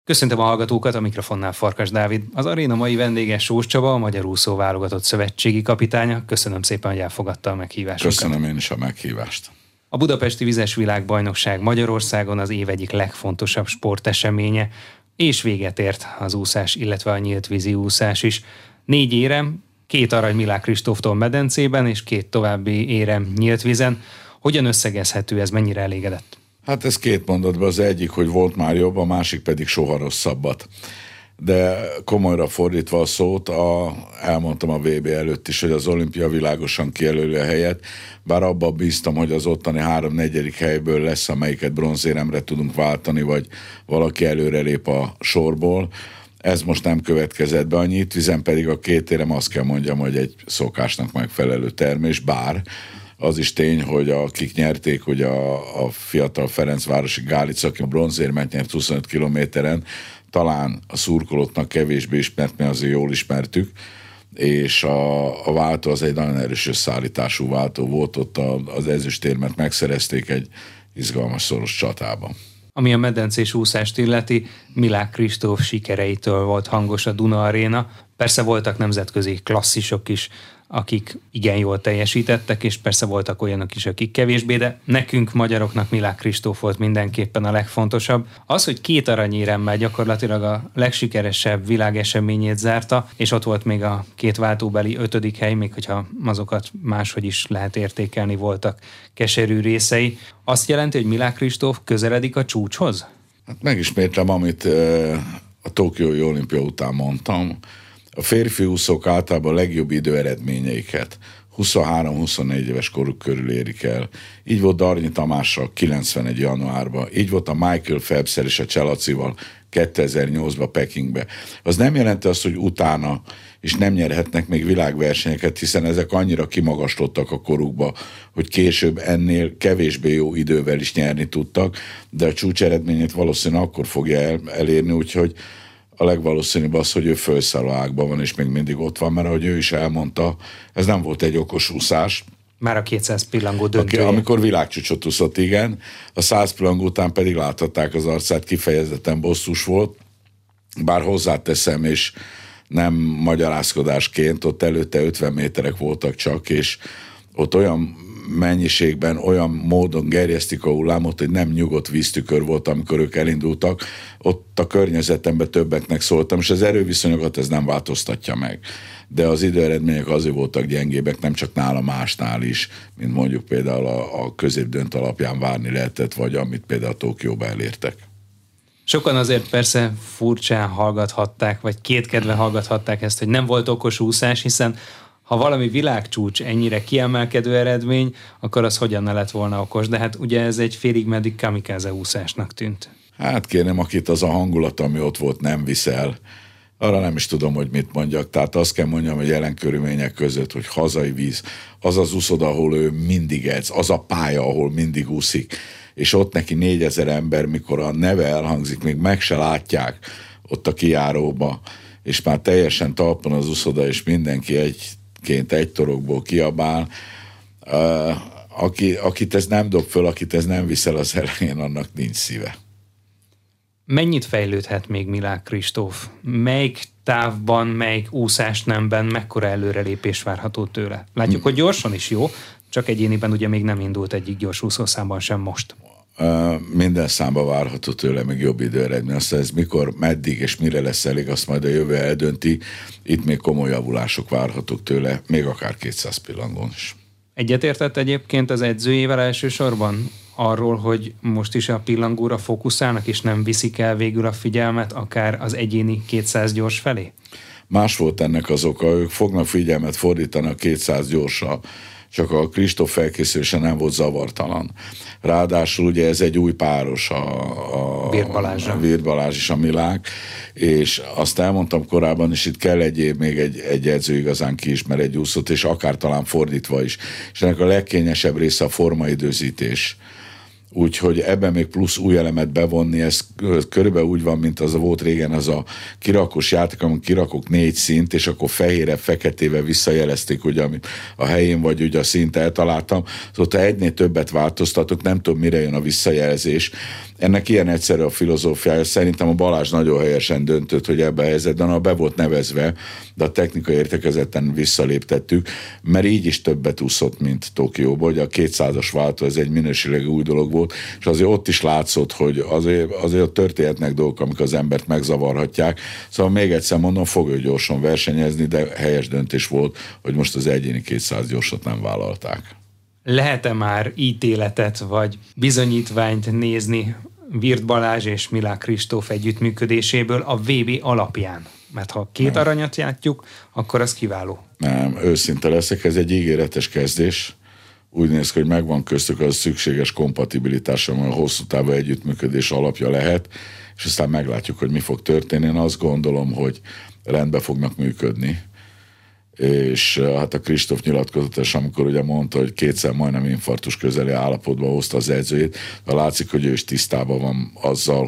Köszöntöm a hallgatókat, a mikrofonnál Farkas Dávid. Az aréna mai vendége Sós Csaba, a Magyar Úszó válogatott szövetségi kapitánya. Köszönöm szépen, hogy elfogadta a meghívásunkat. Köszönöm én is a meghívást. A Budapesti Vizes Világbajnokság Magyarországon az év egyik legfontosabb sporteseménye, és véget ért az úszás, illetve a nyílt vízi úszás is. 4 érem, 2 arany Milák Kristóftól medencében, és 2 további érem nyílt vízen. Hogyan összegezhető ez, mennyire elégedett? Hát ez 2 mondatban, az egyik, hogy volt már jobb, a másik pedig soha rosszabbat. De komolyra fordítva a szót, elmondtam a VB előtt is, hogy az olimpia világosan kijelöli a helyet, bár abban bíztam, hogy az ottani 3-4. helyből lesz, amelyiket bronzéremre tudunk váltani, vagy valaki előrelép a sorból. Ez most nem következett be, a nyitvízen pedig a 2 érem, azt kell mondjam, hogy egy szokásnak megfelelő termés, bár az is tény, hogy akik nyerték, ugye a fiatal Ferencvárosi Gálic, aki a bronzérmet nyert 25 kilométeren, talán a szurkolóknak kevésbé ismert, mert azért jól ismertük, és a váltó az egy nagyon erős összeállítású váltó volt, ott az ezüstérmet megszerezték egy izgalmas szoros csatában. Ami a medencés úszást illeti, Milák Kristóf sikereitől volt hangos a Duna Aréna. Persze voltak nemzetközi klasszisok is, akik igen jól teljesítettek, és persze voltak olyanok is, akik kevésbé, de nekünk, magyaroknak Milák Kristóf volt mindenképpen a legfontosabb. Az, hogy 2 aranyéremmel gyakorlatilag a legsikeresebb világeseményét zárta, és ott volt még a 2 váltóbeli 5. hely, még hogyha azokat máshogy is lehet értékelni, voltak keserű részei. Azt jelenti, hogy Milák Kristóf közeledik a csúcshoz? Hát megismétlem, amit a Tokiói olimpia után mondtam. A férfi úszók általában a legjobb időeredményeiket 23-24 éves koruk körül érik el. Így volt Darnyi Tamással 91 januárban, így volt a Michael Phelpssel és a Cselacival 2008-ban Pekingbe. Az nem jelenti azt, hogy utána is nem nyerhetnek még világversenyeket, hiszen ezek annyira kimagaslottak a korukba, hogy később ennél kevésbé jó idővel is nyerni tudtak, de a csúcs eredményét valószínűleg akkor fogja elérni, úgyhogy a legvalószínűbb az, hogy ő fölszálló ágban van, és még mindig ott van, mert ahogy ő is elmondta, ez nem volt egy okos úszás. Már a 200 pillangó döntője. Amikor világcsúcsot úszott, igen. A 100 pillangó után pedig láthatták az arcát, kifejezetten bosszús volt. Bár hozzáteszem, és nem magyarázkodásként, ott előtte 50 méterek voltak csak, és ott olyan mennyiségben, olyan módon gerjesztik a hullámot, hogy nem nyugodt víztükör volt, amikor ők elindultak. Ott a környezetemben többeknek szóltam, és az erőviszonyokat ez nem változtatja meg. De az időeredmények azért voltak gyengébbek, nem csak nála, másnál is, mint mondjuk például a középdönt alapján várni lehetett, vagy amit például Tokióba elértek. Sokan azért persze furcsán hallgathatták, vagy kétkedve hallgathatták ezt, hogy nem volt okos úszás, hiszen ha valami világcsúcs ennyire kiemelkedő eredmény, akkor az hogyan ne lett volna okos, de hát ugye ez egy félig meddig kamikáze úszásnak tűnt. Hát kérem, akit az a hangulat, ami ott volt, nem viszel, arra nem is tudom, hogy mit mondjak. Tehát azt kell mondjam, hogy jelen körülmények között, hogy hazai víz, az az úszoda, ahol ő mindig edz, az a pálya, ahol mindig úszik, és ott neki 4000 ember, mikor a neve elhangzik, még meg se látják ott a kijáróba, és már teljesen talpon az úszoda, és mindenki egy torokból kiabál. Akit ez nem dob föl, akit ez nem viszel az elején, annak nincs szíve. Mennyit fejlődhet még Milák Kristóf? Melyik távban, melyik úszásnemben mekkora előrelépés várható tőle? Látjuk, hogy gyorsan is jó, csak egyéniben ugye még nem indult egyik gyors úszószámban sem most. Minden számba várható tőle még jobb időeredmény. Aztán ez mikor, meddig és mire lesz elég, azt majd a jövő eldönti. Itt még komoly javulások várhatók tőle, még akár 200 pillangón is. Egyetértett egyébként az edzőjével elsősorban arról, hogy most is a pillangóra fókuszálnak, és nem viszik el végül a figyelmet akár az egyéni 200 gyors felé? Más volt ennek az oka, ők fognak figyelmet fordítani a 200 gyorsra, csak a Kristóf felkészülése nem volt zavartalan. Ráadásul ugye ez egy új páros, a Virth Balázs és a Milák, és azt elmondtam korábban is, itt kell még egy edző igazán kiismer egy úszót, és akár talán fordítva is. És ennek a legkényesebb része a formaidőzítés. Úgyhogy ebben még plusz új elemet bevonni, ez körülbelül úgy van, mint az volt régen az a kirakós játék, amikor kirakok 4 szint, és akkor fehére, feketével visszajelezték, ugye, amit a helyén vagy ugye a szint eltaláltam. Szóval ha egynél többet változtatok, nem tudom, mire jön a visszajelzés. Ennek ilyen egyszerű a filozófiája. Szerintem a Balázs nagyon helyesen döntött, hogy ebbe a helyzetben, ha be volt nevezve, de a technikai értekezeten visszaléptettük, mert így is többet úszott, mint Tokióban, hogy a 200-as váltó, ez egy minőségileg új dolog volt, és azért ott is látszott, hogy azért történhetnek dolgok, amik az embert megzavarhatják. Szóval még egyszer mondom, fog ő gyorsan versenyezni, de helyes döntés volt, hogy most az egyéni 200 gyorsat nem vállalták. Lehet-e már ítéletet vagy bizonyítványt nézni Wirth Balázs és Milák Kristóf együttműködéséből a VB alapján? Mert ha két aranyat játjuk, akkor az kiváló. Nem, őszinte leszek, ez egy ígéretes kezdés. Úgy néz ki, hogy megvan köztük az szükséges kompatibilitás, ami a hosszú távú együttműködés alapja lehet, és aztán meglátjuk, hogy mi fog történni. Én azt gondolom, hogy rendbe fognak működni. És hát a Kristóf nyilatkozatos, amikor ugye mondta, hogy kétszer majdnem infarktus közeli állapotba hozta az edzőjét, de látszik, hogy ő is tisztában van azzal,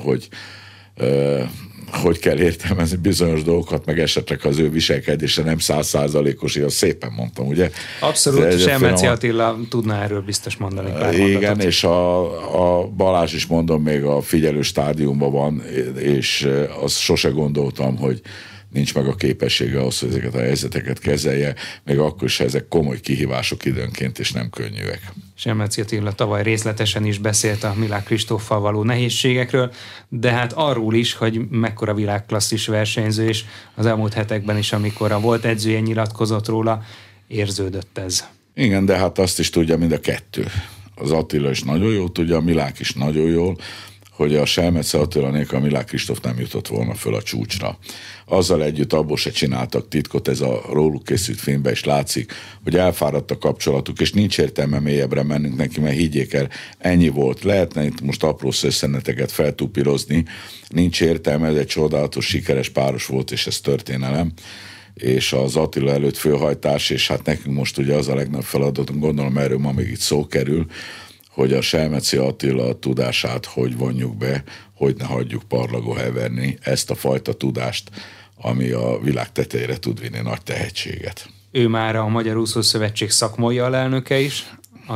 hogy kell értelmezni bizonyos dolgokat, meg esetleg az ő viselkedése nem 100%-os, én azt szépen mondtam, ugye? Abszolút, Selmeci Attila tudná erről biztos mondani pár igen, mondatot. És a Balázs is mondom, még a figyelő stádiumban van, és azt sose gondoltam, hogy nincs meg a képessége ahhoz, hogy ezeket a helyzeteket kezelje, még akkor is ezek komoly kihívások időnként, és nem könnyűek. Selmeci Attila tavaly részletesen is beszélt a Milák Kristóffal való nehézségekről, de hát arról is, hogy mekkora világklasszis versenyző, és az elmúlt hetekben is, amikor a volt edzője nyilatkozott róla, érződött ez. Igen, de hát azt is tudja mind a kettő. Az Attila is nagyon jól tudja, a Milák is nagyon jól, hogy a Selmeci Attila nélkül a Milák Kristóf nem jutott volna föl a csúcsra. Azzal együtt abból se csináltak titkot, ez a róluk készült filmben is látszik, hogy elfáradt a kapcsolatuk, és nincs értelme mélyebbre mennünk neki, mert higgyék el, ennyi volt. Lehetne itt most apró szösszeneteket feltupírozni, nincs értelme, ez egy csodálatos, sikeres páros volt, és ez történelem, és az Attila előtt főhajtás, és hát nekünk most ugye az a legnagyobb feladatunk, gondolom erről ma még itt szó kerül, hogy a Selmeci Attila tudását hogy vonjuk be, hogy ne hagyjuk parlagó heverni ezt a fajta tudást, ami a világ tetejére tud vinni nagy tehetséget. Ő már a Magyar Úszó Szövetség szakmai alelnöke is,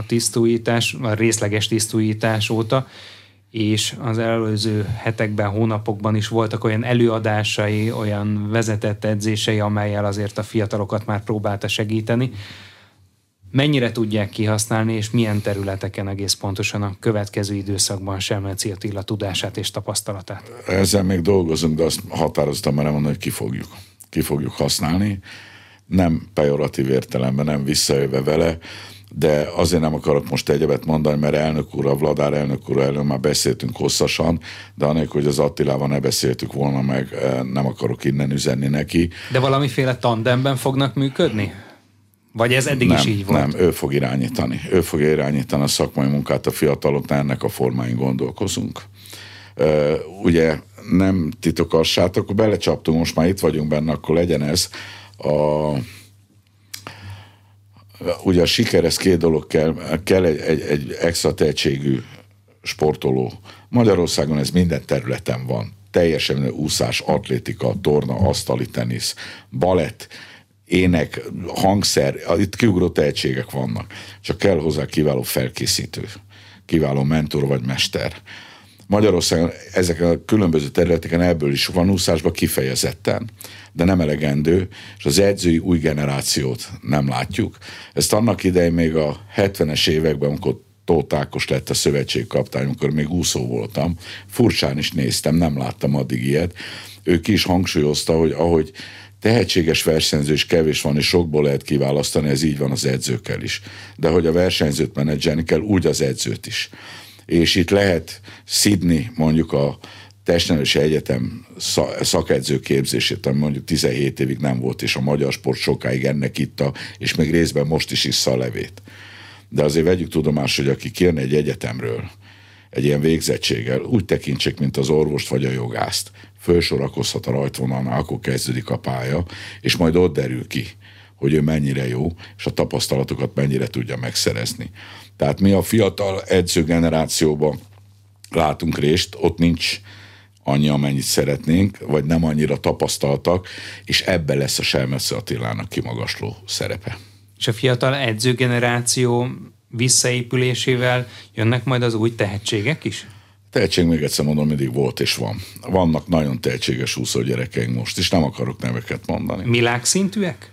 a részleges tisztújítás óta, és az előző hetekben, hónapokban is voltak olyan előadásai, olyan vezetett edzései, amellyel azért a fiatalokat már próbálta segíteni. Mennyire tudják kihasználni, és milyen területeken egész pontosan a következő időszakban Selmeci Attila tudását és tapasztalatát? Ezzel még dolgozunk, de azt határozottan már mondani, hogy ki fogjuk használni. Nem pejoratív értelemben, nem visszajöve vele, de azért nem akarok most egyebet mondani, mert elnök úr, a Vladár elnök úr előtt már beszéltünk hosszasan, de anélkül, hogy az Attilával ne beszéltük volna meg, nem akarok innen üzenni neki. De valamiféle tandemben fognak működni? Vagy ez eddig is így volt? Nem, ő fog irányítani. Ő fogja irányítani a szakmai munkát a fiataloknál, ennek a formáin gondolkozunk. Ugye nem titokassátok, akkor belecsaptunk, most már itt vagyunk benne, akkor legyen ez. Ugye a sikerhez két dolog kell egy extra tehetségű sportoló. Magyarországon ez minden területen van. Teljesen úszás, atlétika, torna, asztali tenisz, balett, ének, hangszer, itt kiugró tehetségek vannak. Csak kell hozzá kiváló felkészítő, kiváló mentor vagy mester. Magyarországon ezeken a különböző területeken ebből is van úszásban kifejezetten, de nem elegendő, és az edzői új generációt nem látjuk. Ezt annak idején még a 70-es években, amikor Tóth Ákos lett a szövetségkapitány, amikor még úszó voltam, furcsán is néztem, nem láttam addig ilyet. Ő ki is hangsúlyozta, hogy ahogy tehetséges versenyző is kevés van, és sokból lehet kiválasztani, ez így van az edzőkkel is. De hogy a versenyzőt menedzselni kell, úgy az edzőt is. És itt lehet szidni mondjuk a Testnevelési Egyetem szakedző képzését, ami mondjuk 17 évig nem volt, és a magyar sport sokáig ennek itta, és még részben most is issza a levét. De azért vegyük tudomást, hogy aki kijön egy egyetemről, egy ilyen végzettséggel, úgy tekintsék, mint az orvost vagy a jogászt, fölsorakozhat a rajtvonalnál, akkor kezdődik a pálya, és majd ott derül ki, hogy ő mennyire jó, és a tapasztalatokat mennyire tudja megszerezni. Tehát mi a fiatal edzőgenerációban látunk részt, ott nincs annyi, amennyit szeretnénk, vagy nem annyira tapasztaltak, és ebben lesz a Selmeci Attilának kimagasló szerepe. És a fiatal edzőgeneráció visszaépülésével jönnek majd az új tehetségek is? Tehetség, még egyszer mondom, mindig volt és van. Vannak nagyon tehetséges úszó gyerekeink most is, nem akarok neveket mondani. Világszintűek?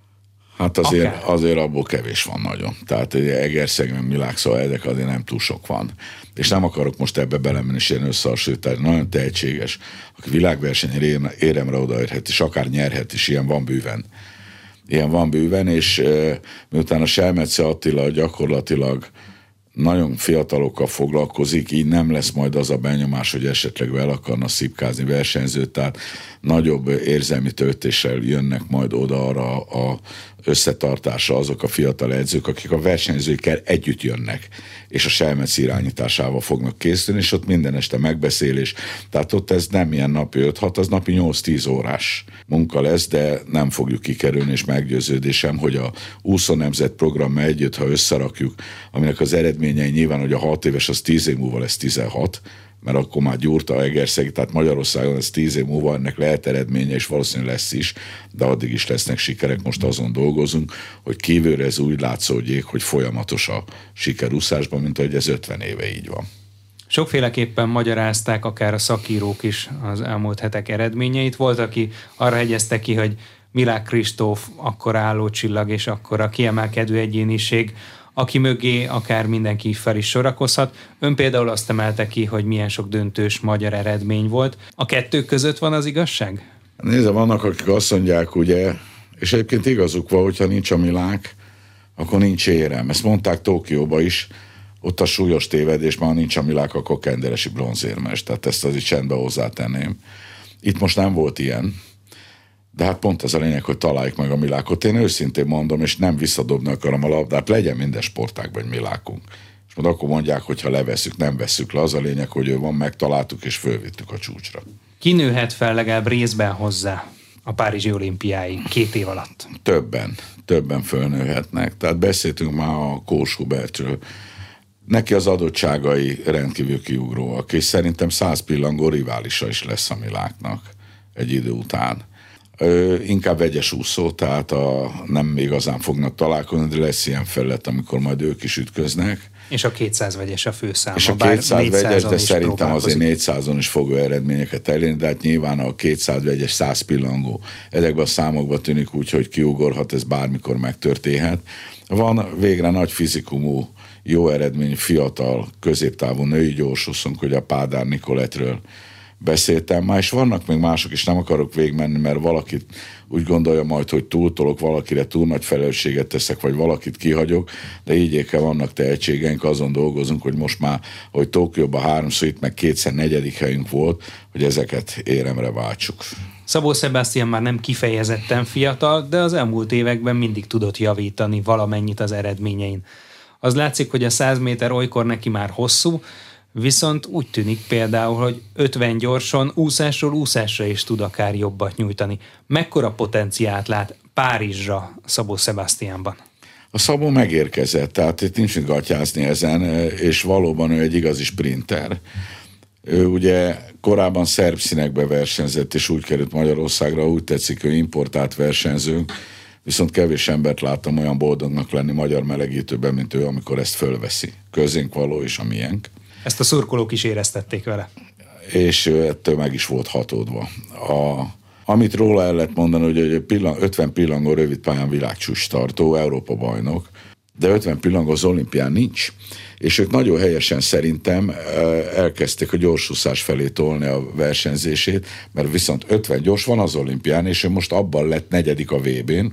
Hát azért abból kevés van nagyon. Tehát Egerszegen, Milák, szóval ezek azért nem túl sok van. És nem akarok most ebbe belemenni és ilyen összehasonlítani. Nagyon tehetséges, aki világversenyen éremre odaérhet, és akár nyerhet is, ilyen van bőven. Ilyen van bőven, és miután a Selmeczi Attila gyakorlatilag nagyon fiatalokkal foglalkozik, így nem lesz majd az a benyomás, hogy esetleg el akarna szipkázni versenyzőt, tehát nagyobb érzelmi töltéssel jönnek majd oda arra a összetartásra azok a fiatal edzők, akik a versenyzőkkel együtt jönnek, és a Selmeczi irányításával fognak készülni, és ott minden este megbeszélés. Tehát ott ez nem ilyen napi 5-6, az napi 8-10 órás munka lesz, de nem fogjuk kikerülni, és meggyőződésem, hogy a úszó nemzet programmal együtt, ha összerakjuk, aminek az eredményei nyilván, hogy a 6 éves az 10 év múlva lesz 16, mert akkor már gyúrta Egerszeg, tehát Magyarországon ez 10 év múlva ennek lehet eredménye, és valószínűleg lesz is, de addig is lesznek sikerek, most azon dolgozunk, hogy kívülre ez úgy látszódjék, hogy folyamatos a sikerúszásban, mint ahogy ez 50 éve így van. Sokféleképpen magyarázták akár a szakírók is az elmúlt hetek eredményeit. Volt, aki arra hegyezte ki, hogy Milák Kristóf akkora állócsillag és akkora kiemelkedő egyéniség, aki mögé akár mindenki fel is sorakozhat. Ön például azt emelte ki, hogy milyen sok döntős magyar eredmény volt. A kettő között van az igazság? Nézze, vannak, akik azt mondják, ugye, és egyébként igazuk van, hogyha nincs a Milák, akkor nincs érem. Ezt mondták Tokióba is, ott a súlyos tévedés, már nincs a Milák, akkor kenderesi bronzérmes. Tehát ezt azért csendben hozzátenném. Itt most nem volt ilyen. De hát pont az a lényeg, hogy találjuk meg a Milákot. Én őszintén mondom, és nem visszadobni akarom a labdát, legyen minden sportágban egy Milákunk. És majd akkor mondják, hogy ha leveszük, nem vesszük le. Az a lényeg, hogy ő van, megtaláltuk és fölvittük a csúcsra. Ki nőhet fel legalább részben hozzá a Párizsi olimpiáig 2 év alatt? Többen fölnőhetnek. Tehát beszéltünk már a Kós Hubertről. Neki az adottságai rendkívül kiugróak, és szerintem 100 pillangó riválisa is lesz a Miláknak egy idő után. Inkább vegyes úszó, tehát nem igazán fognak találkozni, de lesz ilyen felett, amikor majd ők is ütköznek. És a 200 vegyes a főszáma. És a 200 vegyes, de szerintem azért 400-on is fog eredményeket elérni, de hát nyilván a 200 vegyes 100 pillangó ezekben a számokban tűnik úgy, hogy kiugorhat, ez bármikor megtörténhet. Van végre nagy fizikumú, jó eredmény, fiatal, középtávú női gyorsúszónk, hogy a Pádár Nikolettről beszéltem már, és vannak még mások is, nem akarok végigmenni, mert valakit úgy gondolja majd, hogy túltolok, valakire túl nagy felelősséget teszek, vagy valakit kihagyok, de így vannak tehetségeink, azon dolgozunk, hogy most már, hogy Tokióban 3-szor itt meg 2-szer 4. helyünk volt, hogy ezeket éremre váltsuk. Szabó Sebastian már nem kifejezetten fiatal, de az elmúlt években mindig tudott javítani valamennyit az eredményein. Az látszik, hogy a 100 méter olykor neki már hosszú, viszont úgy tűnik például, hogy 50 gyorsan úszásról úszásra is tud akár jobbat nyújtani. Mekkora potenciált lát Párizsra Szabó Sebastianban? A Szabó megérkezett, tehát itt nincs mit gatyázni ezen, és valóban ő egy igazi sprinter. Ő ugye korábban szerb színekbe versenyzett, és úgy került Magyarországra, úgy tetszik, ő importált versenyzőnk, viszont kevés embert láttam olyan boldognak lenni magyar melegítőben, mint ő, amikor ezt fölveszi. Közénk való és a miénk. Ezt a szurkolók is éreztették vele. És ettől meg is volt hatódva. Amit róla el lehet mondani, hogy 50 pillangó rövid pályán világcsúcs tartó, Európa bajnok, de 50 pillangó az olimpián nincs. És ők nagyon helyesen szerintem elkezdték a gyorsúszás felé tolni a versenyzését, mert viszont 50 gyors van az olimpián, és ő most abban lett 4. a VB-n,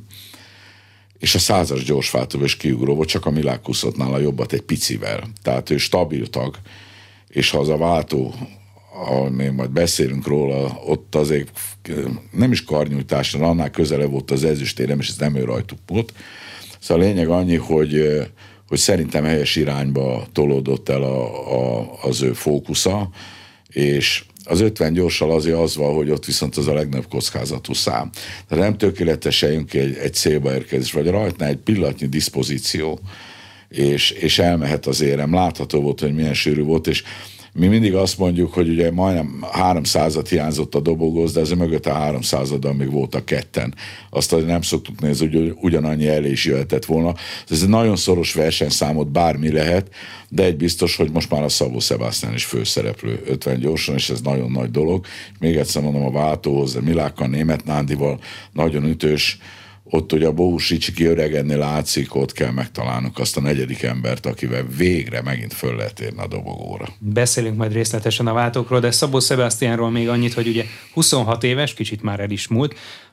és a 100-as gyorsfától is kiugró volt, csak a Milák úszott nála jobbat egy picivel. Tehát ő stabil tag, és ha az a váltó, még majd beszélünk róla, ott azért nem is karnyújtásra, annál közelebb volt az ezüstérem, és ez nem ő rajtuk volt. Szóval a lényeg annyi, hogy szerintem helyes irányba tolódott el az ő fókusza, és az 50 gyorssal azért az van, hogy ott viszont az a legnagyobb kockázatú szám. Tehát nem tökéletesen jön ki egy célba érkezés, vagy rajtnál egy pillanatnyi diszpozíció, és elmehet az érem. Látható volt, hogy milyen sűrű volt, és Mi mindig azt mondjuk, hogy ugye majdnem 300-at hiányzott a dobogóz, de ez mögött a 300-addal még voltak ketten. Azt nem szoktuk nézni, hogy ugyanannyi elé is jöhetett volna. Ez egy nagyon szoros versenyszámot, bármi lehet, de egy biztos, hogy most már a Szabó Sebastian is főszereplő 50 gyorsan, és ez nagyon nagy dolog. Még egyszer mondom, a váltóhoz, a Milákkal, Németh Nándival nagyon ütős. Ott ugye a Bohus Ricsi kiöregedni látszik, ott kell megtalálnunk azt a negyedik embert, akivel végre megint föl lehet érni a dobogóra. Beszélünk majd részletesen a váltókról, de Szabó Sebastianról még annyit, hogy ugye 26 éves, kicsit már el is múlt,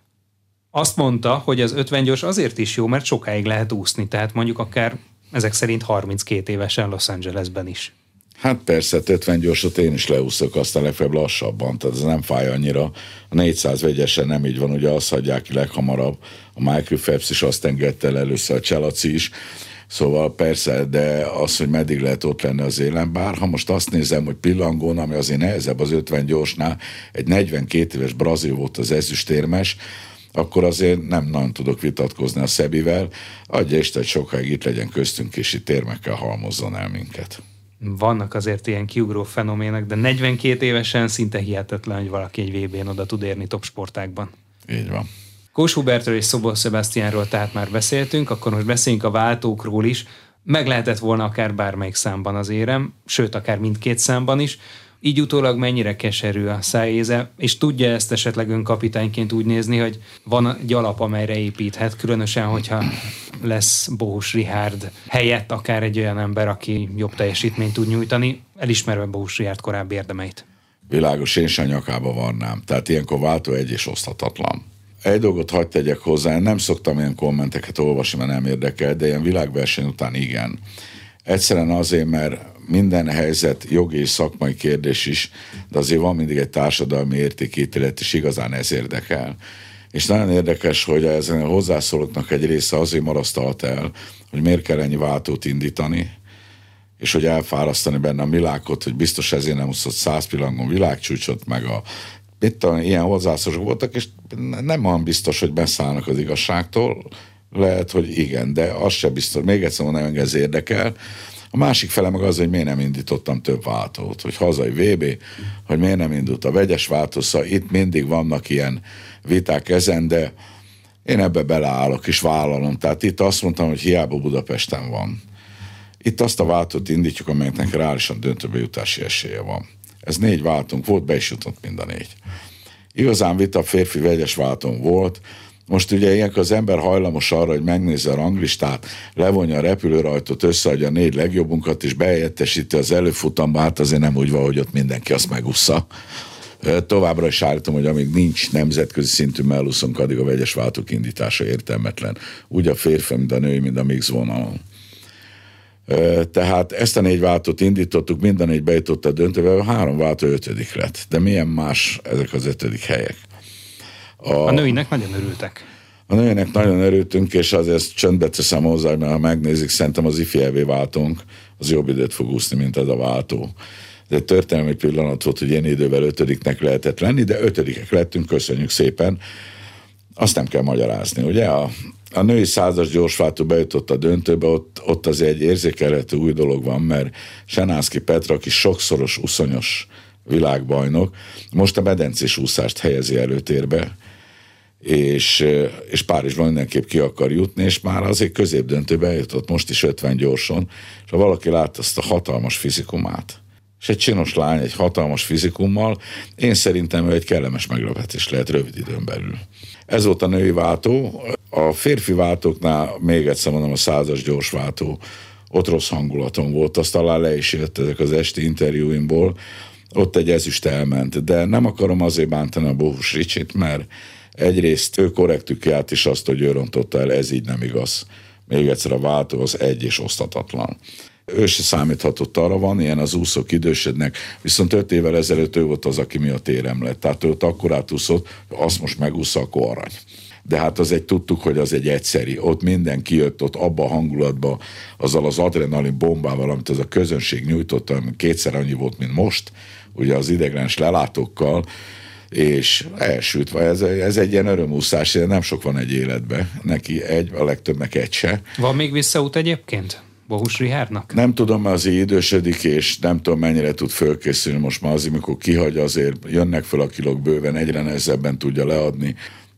azt mondta, hogy az 50 gyors azért is jó, mert sokáig lehet úszni, tehát mondjuk akár ezek szerint 32 évesen Los Angelesben is. Hát persze, 50 gyorsot én is leúszok, aztán legfeljebb lassabban, tehát ez nem fáj annyira. A 400 vegyesen nem így van, ugye azt hagyják ki leghamarabb. A Michael Phelps is azt engedte el először, a Cselaci is. Szóval persze, de az, hogy meddig lehet ott lenni az élen, bár ha most azt nézem, hogy pillangón, ami azért nehezebb az 50 gyorsnál, egy 42 éves brazil volt az ezüstérmes, akkor azért nem nagyon tudok vitatkozni a Szebivel. Adja Isten, hogy sokáig itt legyen köztünk, és itt érmekkel halmozzon el minket. Vannak azért ilyen kiugró fenomének, de 42 évesen szinte hihetetlen, hogy valaki egy VB-n oda tud érni top sportákban. Így van. Kós Hubertről és Szabó Sebastianról tehát már beszéltünk, akkor most beszéljünk a váltókról is. Meg lehetett volna akár bármelyik számban az érem, sőt akár mindkét számban is. Így utólag mennyire keserű a szájéze, és tudja ezt esetleg önkapitányként úgy nézni, hogy van egy alap, amelyre építhet, különösen, hogyha lesz Bohus Richárd helyett akár egy olyan ember, aki jobb teljesítményt tud nyújtani, elismerve Bohus Richárd korábbi érdemeit. Világos, én sem nyakába varnám. Tehát ilyenkor váltó egy és oszthatatlan. Egy dolgot hadd tegyek hozzá, nem szoktam ilyen kommenteket olvasni, mert nem érdekel, de ilyen világverseny után igen. Egyszerűen azért, mert minden helyzet jogi és szakmai kérdés is, de azért van mindig egy társadalmi értékítélet, és igazán ez érdekel. És nagyon érdekes, hogy ezen a hozzászólóknak egy része azért marasztalt el, hogy miért kell ennyi váltót indítani, és hogy elfárasztani benne a Milákot, hogy biztos ezért nem úszott 100 pillangon világcsúcsot, meg ilyen hozzászólók voltak, és nem olyan biztos, hogy beszállnak az igazságtól, lehet, hogy igen, de az sem biztos. Még egyszer mondom, hogy ez érdekel. A másik fele meg az, hogy miért nem indítottam több váltót, hogy hazai VB, hogy miért nem indult a vegyes váltó, szóval itt mindig vannak ilyen viták ezen, de én ebbe beleállok és vállalom. Tehát itt azt mondtam, hogy hiába Budapesten van. Itt azt a váltót indítjuk, amelynek reálisan döntőbe jutási esélye van. Ez 4 váltónk volt, be is jutott mind a 4. Igazán vita férfi vegyes váltón volt. Most ugye ilyenkor az ember hajlamos arra, hogy megnézze a ranglistát, levonja a repülőrajtot, összeadja a 4 legjobbunkat, és behelyettesíti az előfutamba, hát azért nem úgy van, hogy ott mindenki azt megúszza. Továbbra is állítom, hogy amíg nincs nemzetközi szintű melluszunk, addig a vegyes váltók indítása értelmetlen. Úgy a férfi, mint a női, mint a mix vonalon. Tehát ezt a 4 váltót indítottuk, mind a 4 bejutott a döntőbe, 3 váltó 5. lett. De milyen más ezek az 5. helyek? A nőinek nagyon örültek. A nőinek nagyon örültünk, és azért csöndbe teszem hozzá, mert ha megnézik, szerintem az ifi EB váltónk az jobb időt fog úszni, mint ez a váltó. Ez egy történelmi pillanat volt, hogy ilyen idővel 5. lehetett lenni, de 5. lettünk, köszönjük szépen. Azt nem kell magyarázni, ugye? A női 100-as gyorsváltó bejutott a döntőbe, ott azért egy érzékelhető új dolog van, mert Senánszky Petra, aki sokszoros uszonyos világbajnok, most a medencés úszást helyezi előtérbe, és Párizsban mindenképp ki akar jutni, és már azért középdöntőbe jutott, most is 50 gyorson, és ha valaki látta azt a hatalmas fizikumát, és egy csinos lány egy hatalmas fizikummal, én szerintem ő egy kellemes meglepetés lehet rövid időn belül. Ez volt a női váltó. A férfi váltóknál még egyszer mondom, a 100-as gyorsváltó, ott rossz hangulatom volt, azt talán le is jött ezek az esti interjúimból, ott egy ezüst elment, de nem akarom azért bántani a Bohus Ricsit, mert egyrészt ő korrektük járt is azt, hogy ő rontotta el, ez így nem igaz. Még egyszer a váltó az egy és osztatatlan. Ő se számíthatott arra, van ilyen az úszók idősödnek, viszont 5 évvel ezelőtt ő volt az, aki miatt érem lett. Tehát ő akkor átúszott, azt most megúszza, akkor arany. De hát az tudtuk, hogy az egy egyszeri. Ott mindenki jött, ott abba a hangulatba, azzal az adrenalin bombával, amit az a közönség nyújtott, ami 2-szer annyi volt, mint most, ugye az ideiglenes lelátókkal, és elsült, ez egy ilyen örömúszás, nem sok van egy életben, neki egy, a legtöbbnek egy se. Van még visszaút egyébként? Bohus Richardnak? Nem tudom, mert azért idősödik, és nem tudom, mennyire tud fölkészülni most már azért, amikor kihagy, azért jönnek föl a kilók bőven, egyre nehezebben tudja leadni,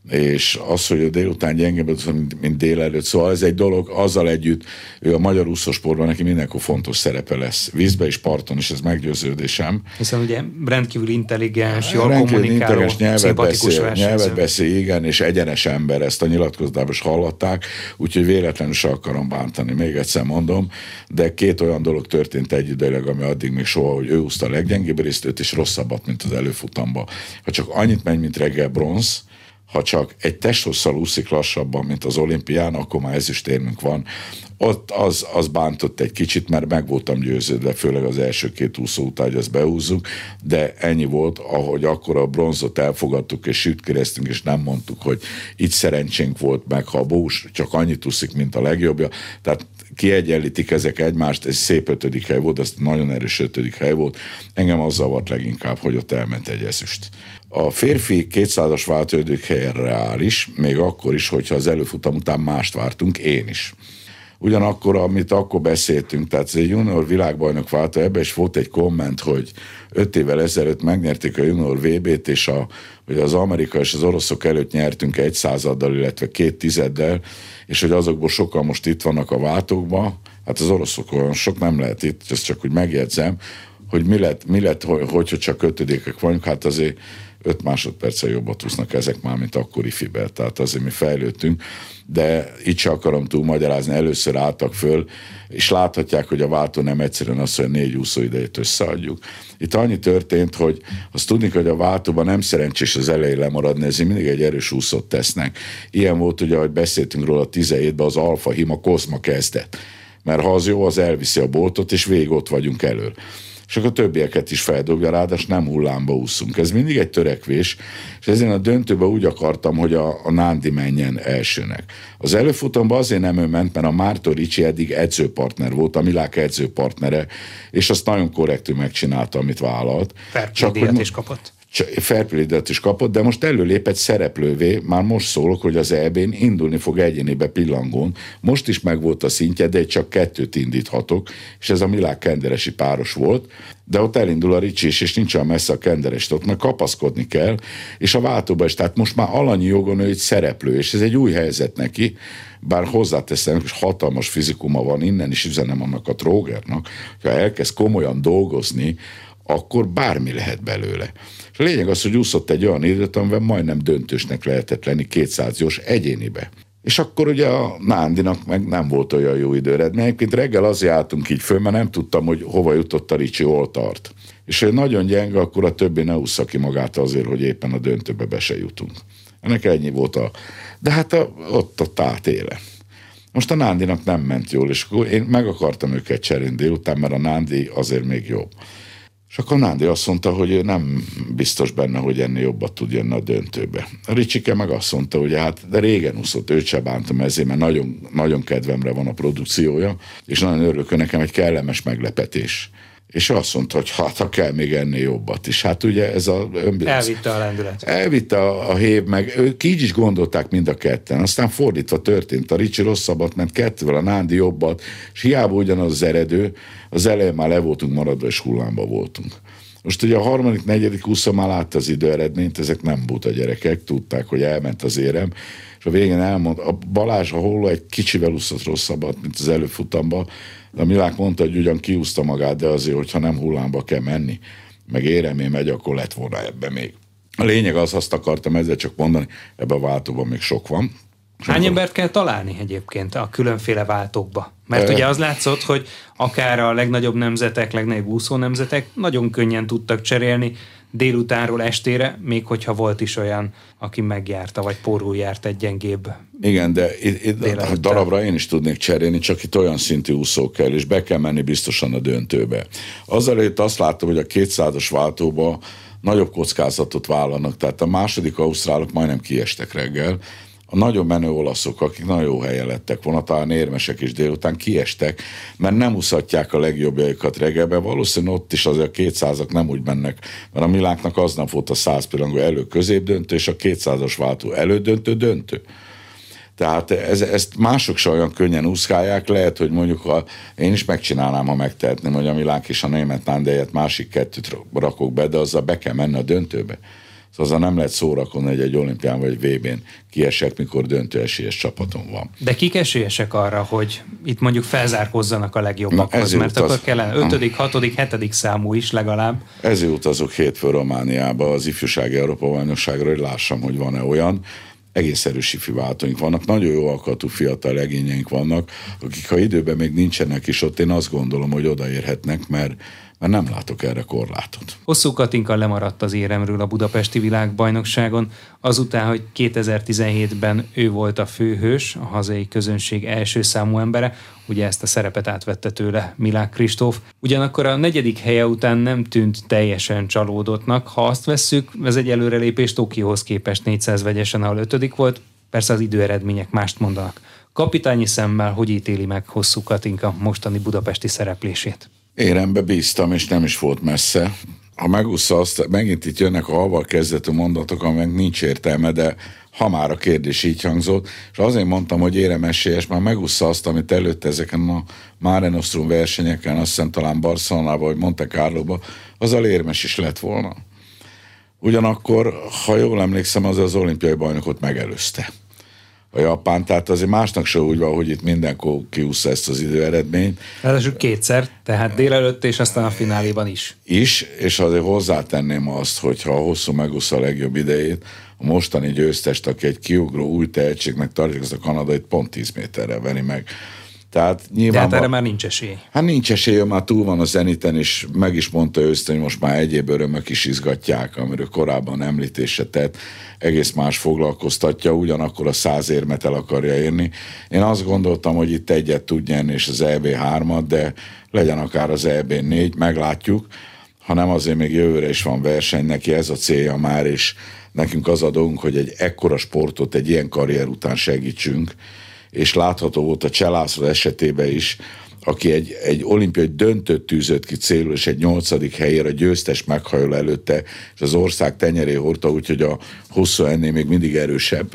és az, hogy a délután gyengébb, mint délelőtt, szóval ez egy dolog, azzal együtt ő a magyar úszósportban neki mindenkor fontos szerepe lesz. Vízbe és parton is, ez meggyőződésem. Hiszen ugye rendkívül intelligens, jól kommunikáló, szimpatikus versenyző. Nyelvet beszél, igen, és egyenes ember, ezt a nyilatkozatában is hallották, úgyhogy véletlenül se akarom bántani, még egyszer mondom, de két olyan dolog történt egyidejűleg, ami addig még soha, hogy ő úszta a leggyengébb részt, őt is rosszabbat, mint az előfutamba. Ha csak annyit megy, mint reggel bronz, ha csak egy testhosszal úszik lassabban, mint az olimpián, akkor már ezüstérmünk van. Ott az bántott egy kicsit, mert meg voltam győződve, főleg az első két úszó után, hogy ezt behúzzuk, de ennyi volt, ahogy akkor a bronzot elfogadtuk, és sütkeresztünk, és nem mondtuk, hogy itt szerencsénk volt meg, ha a Bohus csak annyit úszik, mint a legjobbja. Tehát kiegyenlítik ezek egymást, ez szép 5. hely volt, ez nagyon erős 5. hely volt. Engem az zavart leginkább, hogy ott elment egy ezüst. A férfi 200-as váltó 5. helyen reális, még akkor is, hogyha az előfutam után mást vártunk, én is. Ugyanakkor, amit akkor beszéltünk, tehát ez egy junior világbajnok váltó, ebben is volt egy komment, hogy 5 évvel ezelőtt megnyerték a junior VB-t, és hogy az amerikai és az oroszok előtt nyertünk 1/100-dal, illetve 2/10-del, és hogy azokból sokan most itt vannak a váltókban, hát az oroszok olyan sok nem lehet itt, ezt csak úgy megjegyzem, hogy mi lett hogy csak 5-ek vagyunk, hát azért 5 másodperccel jobbat úsznak ezek már, mint akkori fiber, tehát azért mi fejlődtünk, de itt se akarom túl magyarázni, először álltak föl, és láthatják, hogy a váltó nem egyszerűen az, hogy 4 úszó idejét összeadjuk. Itt annyi történt, hogy azt tudni, hogy a váltóban nem szerencsés az elején lemaradni, ezért mindig egy erős úszót tesznek. Ilyen volt ugye, ahogy beszéltünk róla 17-ben, az Alfa Hima Kozma kezdett. Mert ha az jó, az elviszi a boltot, és végig ott vagyunk elől. És akkor a többieket is feldobja, ráadásul nem hullámba úszunk. Ez mindig egy törekvés, és ezért a döntőben úgy akartam, hogy a Nándi menjen elsőnek. Az előfutamban azért nem ő ment, mert a Márton Ricci eddig edzőpartner volt, a Milák edzőpartnere, és azt nagyon korrektül megcsinálta, amit vállalt. Fairplay-díjat is kapott. Fairplay-díjat is kapott, de most előlépett szereplővé, már most szólok, hogy az EB-n indulni fog egyénibe pillangón. Most is megvolt a szintje, de csak 2-t indíthatok, és ez a Milák kenderesi páros volt, de ott elindul a Ricci is, és nincs olyan messze a kenderest, ott meg kapaszkodni kell, és a váltóba is, tehát most már alanyi jogon ő egy szereplő, és ez egy új helyzet neki, bár hozzáteszem, és hatalmas fizikuma van, innen is üzenem annak a trógernak, ha elkezd komolyan dolgozni, akkor bármi lehet belőle. És a lényeg az, hogy úszott egy olyan időt, amiben majdnem döntősnek lehetett lenni 200 gyors egyénibe. És akkor ugye a Nándinak meg nem volt olyan jó időeredmény. Egyébként reggel azért álltunk így föl, mert nem tudtam, hogy hova jutott a Ricci, hol tart. És ha nagyon gyenge, akkor a többi ne ússza ki magát azért, hogy éppen a döntőbe be se jutunk. Ennek ennyi volt de hát ott a tátéle. Most a Nándinak nem ment jól, és akkor én meg akartam őket cserélni délután, mert a Nándi azért még jobb. És akkor Nándi azt mondta, hogy ő nem biztos benne, hogy ennél jobbat tud jönni a döntőbe. A Ricsike meg azt mondta, hogy hát de régen úszott, őt se bántam ezért, mert nagyon, nagyon kedvemre van a produkciója, és nagyon örülök, hogy nekem egy kellemes meglepetés. És azt mondta, hogy hát ha kell még ennél jobbat is. Hát ugye ez a elvitte a lendület. Elvitte a hév, meg ők így is gondolták mind a ketten. Aztán fordítva történt. A Ricci rosszabbat ment 2-vel, a Nándi jobbat, és hiába ugyanaz az eredő, az elején már le voltunk maradva, és hullámba voltunk. Most ugye a 3., 4. úszó már látta az időeredményt, ezek nem buta gyerekek, tudták, hogy elment az érem, és a végén elmondta, a Balázs, a Holló egy kicsivel úszott rosszabbat, mint az előfutamban, de a Milák mondta, hogy ugyan kiúszta magát, de azért, hogyha nem hullámba kell menni, meg éremé megy, akkor lett volna ebbe még. A lényeg az, azt akartam ezzel csak mondani, ebben a váltóban még sok van. Hány embert kell találni egyébként a különféle váltókba? Mert ugye az látszott, hogy akár a legnagyobb nemzetek, legnagyobb úszó nemzetek nagyon könnyen tudtak cserélni délutánról estére, még hogyha volt is olyan, aki megjárta, vagy pórul járt egy gyengébb. Igen, de itt darabra én is tudnék cserélni, csak itt olyan szintű úszó kell, és be kell menni biztosan a döntőbe. Azzal itt azt láttam, hogy a 200-as váltóba nagyobb kockázatot vállalnak, tehát a második ausztrálok majdnem kiestek reggel, a nagyon menő olaszok, akik nagyon jó helyen lettek volna, talán érmesek is délután kiestek, mert nem úszhatják a legjobbjaikat reggelben. Valószínűleg ott is azért a 200-ak nem úgy mennek, mert a Miláknak aznap volt a 100 pillangó elő-középdöntő, és a 200-as váltó elődöntő-döntő. Tehát ezt mások se olyan könnyen úszkálják, lehet, hogy mondjuk én is megcsinálnám, ha megtehetném, hogy a Milánk és a német Nándelyet másik kettőt rakok be, de azzal be kell menni a döntőbe. Szóval azzal nem lehet szórakozni, hogy egy olimpián vagy VB-n kiesek, mikor döntő esélyes csapatom van. De kik esélyesek arra, hogy itt mondjuk felzárkozzanak a legjobbakhoz, mert akkor kellene 5., 6., 7. számú is legalább. Ezért utazok hétfő Romániába az ifjúsági Európa-bajnokságra, hogy lássam, hogy van-e olyan. Egész erős ifi váltóink vannak, nagyon jó alkatú fiatal legényeink vannak, akik ha időben még nincsenek is ott, én azt gondolom, hogy odaérhetnek, mert nem látok erre korlátot. Hosszú Katinka lemaradt az éremről a budapesti világbajnokságon, azután, hogy 2017-ben ő volt a főhős, a hazai közönség első számú embere, ugye ezt a szerepet átvette tőle Milák Kristóf. Ugyanakkor a 4. helye után nem tűnt teljesen csalódottnak. Ha azt vesszük, ez egy előrelépés Tokióhoz képest 400 vegyesen, ahol 5. volt, persze az időeredmények mást mondanak. Kapitányi szemmel hogy ítéli meg Hosszú Katinka mostani budapesti szereplését? Érembe bíztam, és nem is volt messze. Ha megúszza azt, megint itt jönnek a halval kezdetű mondatok, amelyek nincs értelme, de ha már a kérdés így hangzott, és azért mondtam, hogy érem esélyes, már megúszza azt, amit előtte ezeken a Mare Nostrum versenyeken, azt hiszem talán Barcelonában, vagy Monte Carloba, azzal érmes is lett volna. Ugyanakkor, ha jól emlékszem, az olimpiai bajnokot megelőzte. A Japán, tehát azért másnak se úgy van, hogy itt mindenkor kiúszza ezt az időeredményt. Ráadásul 2-szer, tehát délelőtt és aztán a fináléban is. És azért hozzátenném azt, hogy ha a Hosszú megúszza a legjobb idejét, a mostani győztest, aki egy kiugró új tehetségnek tartják, azt a kanadait pont 10 méterre veri meg. Tehát nyilván. Tehát erre már nincs esély. Hát nincs esély, már túl van a Zeniten, és meg is mondta őszintén, hogy most már egyéb örömök is izgatják, amiről korábban említése tett, egész más foglalkoztatja, ugyanakkor a 100 érmet el akarja érni. Én azt gondoltam, hogy itt egyet tud nyerni, és az EB 3-at, de legyen akár az EB 4, meglátjuk, hanem azért még jövőre is van verseny, neki ez a célja már, és nekünk az a dolgunk, hogy egy ekkora sportot egy ilyen karrier után segítsünk, és látható volt a Cselászló esetében is, aki egy olimpiai döntőt tűzött ki célul, és egy 8. helyére a győztes meghajol előtte, és az ország tenyeré hordta, úgyhogy a Hosszú ennél még mindig erősebb.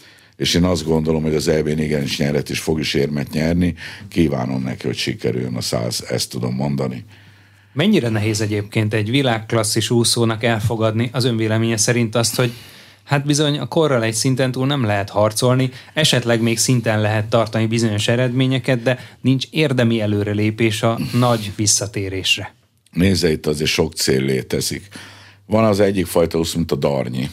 És én azt gondolom, hogy az EB-n igenis nyerhet, és fog is érmet nyerni. Kívánom neki, hogy sikerüljön a 100, ezt tudom mondani. Mennyire nehéz egyébként egy világklasszis úszónak elfogadni az önvéleménye szerint azt, hogy hát bizony a korral egy szinten túl nem lehet harcolni, esetleg még szinten lehet tartani bizonyos eredményeket, de nincs érdemi előrelépés a nagy visszatérésre. Nézze, itt azért sok cél létezik. Van az egyik fajta úszó, mint a Darnyi,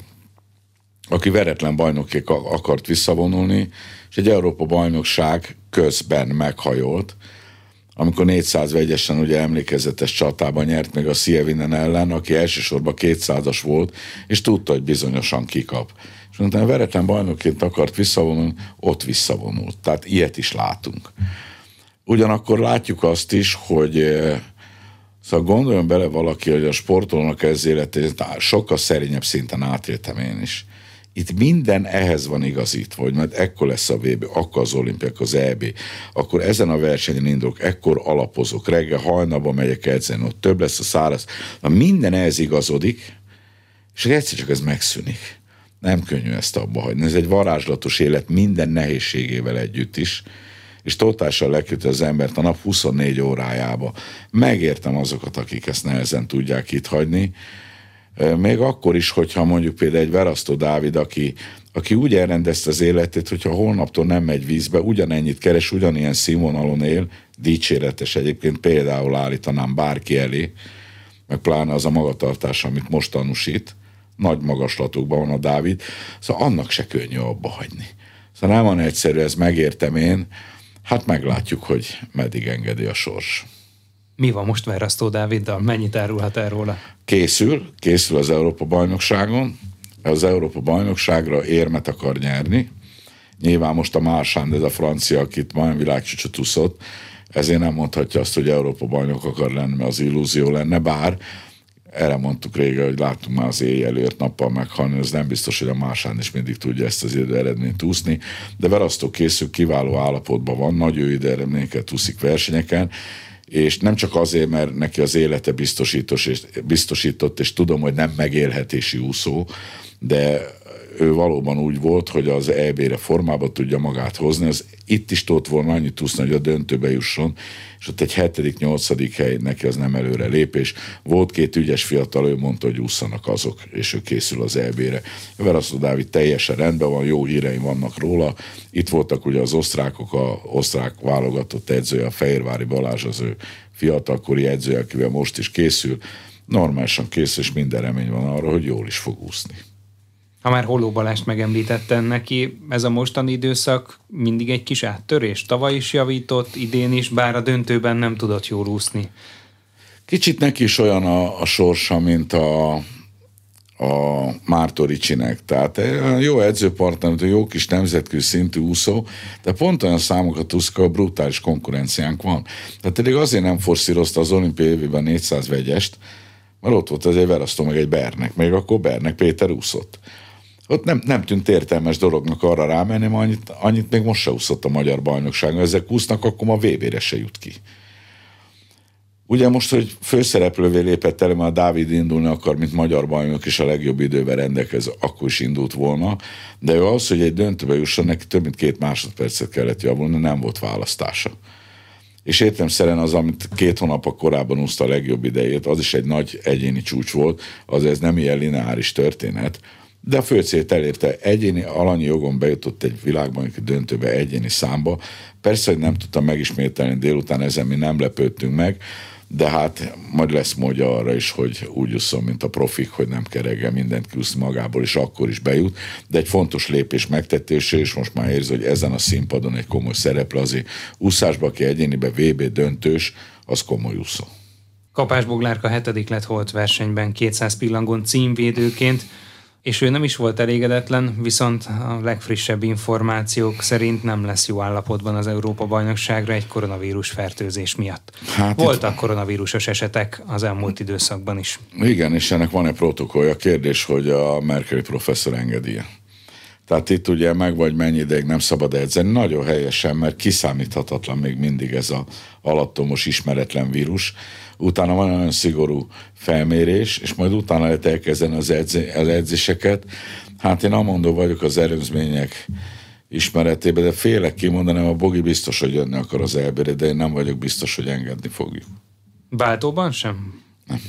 aki veretlen bajnokké akart visszavonulni, és egy Európa-bajnokság közben meghajolt, amikor 400 vegyesen ugye emlékezetes csatában nyert meg a Sievinen ellen, aki elsősorban 200-as volt, és tudta, hogy bizonyosan kikap. És utána veretlen bajnokként akart visszavonulni, ott visszavonult. Tehát ilyet is látunk. Ugyanakkor látjuk azt is, hogy szóval gondoljon bele valaki, hogy a sportolónak ez életét sokkal szerényebb szinten átéltem én is. Itt minden ehhez van igazítva, hogy mert ekkor lesz a VB, akkor az olimpiák, az EB, akkor ezen a versenyen indulok, ekkor alapozok, reggel hajnalban megyek edzeni, ott több lesz a száraz. Na minden ehhez igazodik, és egyszer csak ez megszűnik. Nem könnyű ezt abba hagyni. Ez egy varázslatos élet minden nehézségével együtt is, és totálisan leköti az embert a nap 24 órájába. Megértem azokat, akik ezt nehezen tudják itt hagyni, még akkor is, hogyha mondjuk például egy Verasztó Dávid, aki úgy elrendezte az életét, hogyha holnaptól nem megy vízbe, ugyanennyit keres, ugyanilyen színvonalon él, dicséretes egyébként, például állítanám bárki elé, meg pláne az a magatartás, amit most tanúsít, nagy magaslatokban van a Dávid, szóval annak se könnyű abba hagyni. Szóval nem van egyszerű, ez megértem én, hát meglátjuk, hogy meddig engedi a sors. Mi van most Verasztó Dáviddal? Mennyit árulhat el róla? Készül az Európa-bajnokságon. Az Európa-bajnokságra érmet akar nyerni. Nyilván most a Marchand, ez a francia, akit majd világcsúcsot úszott, ezért nem mondhatja azt, hogy Európa-bajnok akar lenni, mert az illúzió lenne, bár erre mondtuk régen, hogy láttunk már az éjjelért nappal meghalni, az nem biztos, hogy a Marchand is mindig tudja ezt az időeredményt úszni, de Verasztó készül, kiváló állapotban van, nagy időeredményeket úszik versenyeken, és nem csak azért, mert neki az élete biztosított, és tudom, hogy nem megélhetési úszó, de ő valóban úgy volt, hogy az EB-re formába tudja magát hozni, az itt is tudott volna annyit úszni, hogy a döntőbe jusson, és ott egy 7.-8. hely, neki az nem előre lépés. Volt 2 ügyes fiatal, ő mondta, hogy ússzanak azok, és ő készül az EB-re. Verasztó Dávid teljesen rendben van, jó híreim vannak róla. Itt voltak ugye az osztrákok, a osztrák válogatott edzője, a Fehérvári Balázs, az ő fiatalkori edzője, akivel most is készül. Normálisan készül, és minden remény van arra, hogy jól is fog úszni. Ha már Holló Balást megemlítettem neki, ez a mostani időszak mindig egy kis áttörés. Tavaly is javított, idén is, bár a döntőben nem tudott jól úszni. Kicsit neki is olyan a sorsa, mint a Mártó Ricsinek. Tehát jó edzőpartner, jó kis nemzetközi szintű úszó, de pont olyan számokat úszik, a brutális konkurenciánk van. Tehát eddig azért nem forszírozta az olimpiai évben 400 vegyest, mert ott volt azért Verasztó meg egy Bernek, még akkor Bernek Péter úszott. Ott nem tűnt értelmes dolognak arra rámenni, annyit még most se úszott a magyar bajnokságon. Ezek úsznak, akkor a VB-re se jut ki. Ugye most, hogy főszereplővé lépett elő, mert Dávid indulni akar, mint magyar bajnok, és a legjobb idővel rendelkező, akkor is indult volna, de ő az, hogy egy döntőbe jusson, neki több mint 2 másodpercet kellett javulni, nem volt választása. És értelemszerűen az, amit 2 hónappal korábban úszta a legjobb idejét, az is egy nagy egyéni csúcs volt, az ez nem ilyen lineáris történet, de a fő célt elérte, egyéni alanyi jogon bejutott egy világbajnoki döntőbe egyéni számba. Persze, hogy nem tudtam megismételni délután, ezen mi nem lepődtünk meg, de hát majd lesz módja arra is, hogy úgy ússzon, mint a profik, hogy nem kell reggel mindent kiúszni magából, és akkor is bejut, de egy fontos lépés megtetése, és most már érzi, hogy ezen a színpadon egy komoly szereplő, azért úszásba, aki egyénibe VB döntős, az komoly úszó. Kapás Boglárka 7. lett holt versenyben 200 pillangon címvédőként, és ő nem is volt elégedetlen, viszont a legfrissebb információk szerint nem lesz jó állapotban az Európa-bajnokságra egy koronavírus fertőzés miatt. Voltak koronavírusos esetek az elmúlt időszakban is. Igen, és ennek van egy protokollja. Kérdés, hogy a Merkeli professzor engedi-e. Tehát itt ugye meg vagy mennyi ideig nem szabad edzeni. Nagyon helyesen, mert kiszámíthatatlan még mindig ez a alattomos ismeretlen vírus. Utána van olyan szigorú felmérés, és majd utána lehet elkezdeni az edzéseket. Hát én amondó vagyok az előzmények ismeretében, de félek kimondani, a Bogi biztos, hogy jönni akar az EB-re, de én nem vagyok biztos, hogy engedni fogjuk. Váltóban sem? Nem.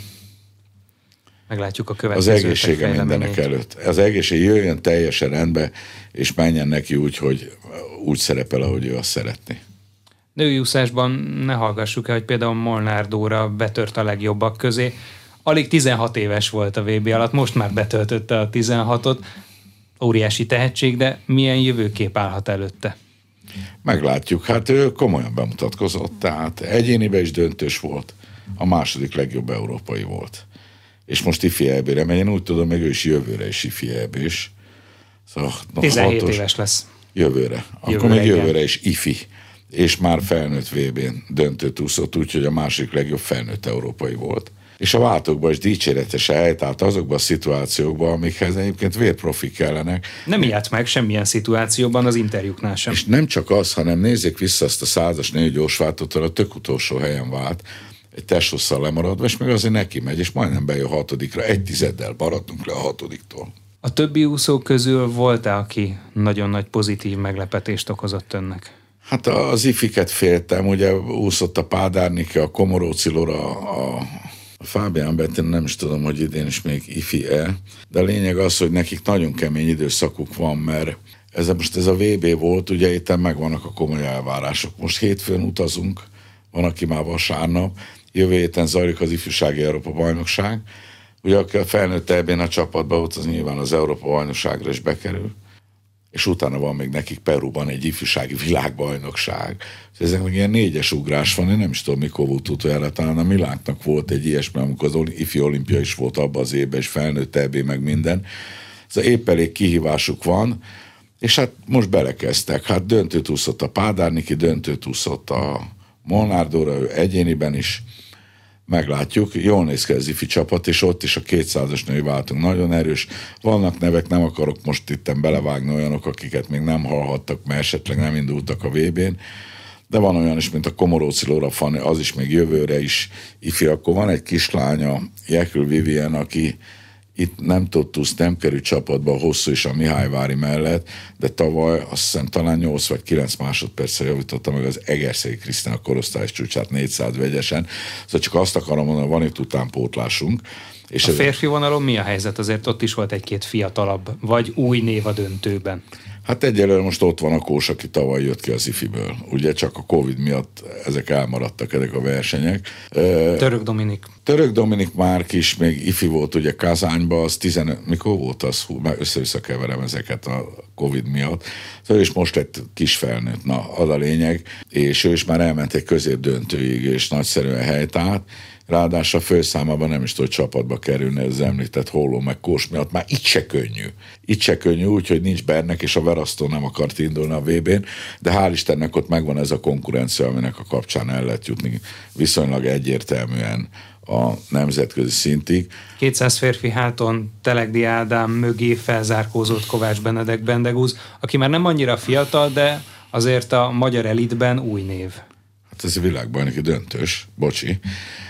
Meglátjuk a következő. Az egészsége mindenek előtt. Az egészség jöjjön teljesen rendbe, és menjen neki úgy, hogy úgy szerepel, ahogy ő azt szeretné. Női úszásban ne hallgassuk el, hogy például Molnár Dóra betört a legjobbak közé. Alig 16 éves volt a VB alatt, most már betöltötte a 16-ot. Óriási tehetség, de milyen jövőkép állhat előtte? Meglátjuk. Hát ő komolyan bemutatkozott, tehát egyéniben is döntős volt. A második legjobb európai volt. És most ifi EB-re megy, én úgy tudom, meg ő is jövőre is ifi EB-s. Szóval, 17 éves lesz. Jövőre. Akkor még jövőre is ifi. És már felnőtt VB-n döntőt úszott, úgyhogy a másik legjobb felnőtt európai volt. És a váltókban is dicséretesen helytált azokban a szituációkban, amikhez egyébként vérprofik kellenek. Nem ilyet meg semmilyen szituációban, az interjúknál sem. És nem csak az, hanem nézzék vissza azt a 100-as 4 gyorsváltótól, a tök utolsó helyen vált, egy testhosszal lemaradva, és meg azért neki megy, és majdnem bejön 6-ra, 1/10 maradtunk le a 6-tól. A többi úszó közül volt-e, aki nagyon nagy pozitív meglepetést okozott önnek? Hát az ifiket féltem, ugye úszott a Pádárnike, a Komoróci Lora, a Fábián Bettin, nem is tudom, hogy idén is még ifi-e, de a lényeg az, hogy nekik nagyon kemény időszakuk van, mert ez a VB volt, ugye itt megvannak a komoly elvárások. Most hétfőn utazunk, van, aki már vasárnap, jövő héten zajlik az ifjúsági Európa-bajnokság, ugye aki a felnőtt EB-n a csapatban volt, az nyilván az Európa-bajnokságra is bekerül, és utána van még nekik Peruban egy ifjúsági világbajnokság. Ezek meg ilyen 4-es ugrás van, én nem is tudom, mikor volt utoljára, talán a Milánknak volt egy ilyesmi, amikor az ifi olimpia is volt abban az évben, és felnőtt EB meg minden. Ez épp elég kihívásuk van, és hát most belekezdtek. Hát döntőt úszott a Pádárniki, döntőt úszott a Molnár Dóra, ő egyéniben is. Meglátjuk, jól néz ki az ifi csapat, és ott is a 200-as női váltunk nagyon erős. Vannak nevek, nem akarok most itten belevágni, olyanok, akiket még nem hallhattak, mert esetleg nem indultak a VB-n, de van olyan is, mint a Komoróci Lóra Fanny, az is még jövőre is ifi. Akkor van egy kislánya, Jekül Vivien, aki itt nem került csapatba a Hosszú és a Mihályvári mellett, de tavaly azt hiszem talán 8 vagy 9 másodperccel javította meg az Egerszegi Krisztina korosztályos csúcsát 400 vegyesen. Szóval csak azt akarom mondani, van itt utánpótlásunk. És a férfi vonalon mi a helyzet? Azért ott is volt egy-két fiatalabb, vagy új név a döntőben. Hát egyelőre most ott van a Kós, aki tavaly jött ki az ifiből. Ugye csak a Covid miatt ezek elmaradtak, ezek a versenyek. Török Dominik Márk is még ifi volt ugye Kazányban, az 15, mikor volt az? Már össze-vissza keverem ezeket a Covid miatt. Szóval és most lett kis felnőtt, na az a lényeg, és ő is már elment egy középdöntőig, és nagyszerűen helytált. Ráadásul a főszámában nem is tud csapatba kerülni, ez említett Holló meg Kós miatt, már itt se könnyű. Itt se könnyű, úgyhogy nincs Bernek, és a Verasztó nem akart indulni a VB-n, de hál' Istennek ott megvan ez a konkurencia, aminek a kapcsán el lehet jutni viszonylag egyértelműen a nemzetközi szintig. 200 férfi háton Telegdi Ádám mögé felzárkózott Kovács Benedek Bendegúz, aki már nem annyira fiatal, de azért a magyar elitben új név. Hát ez a világbajnoki döntős, bocsi.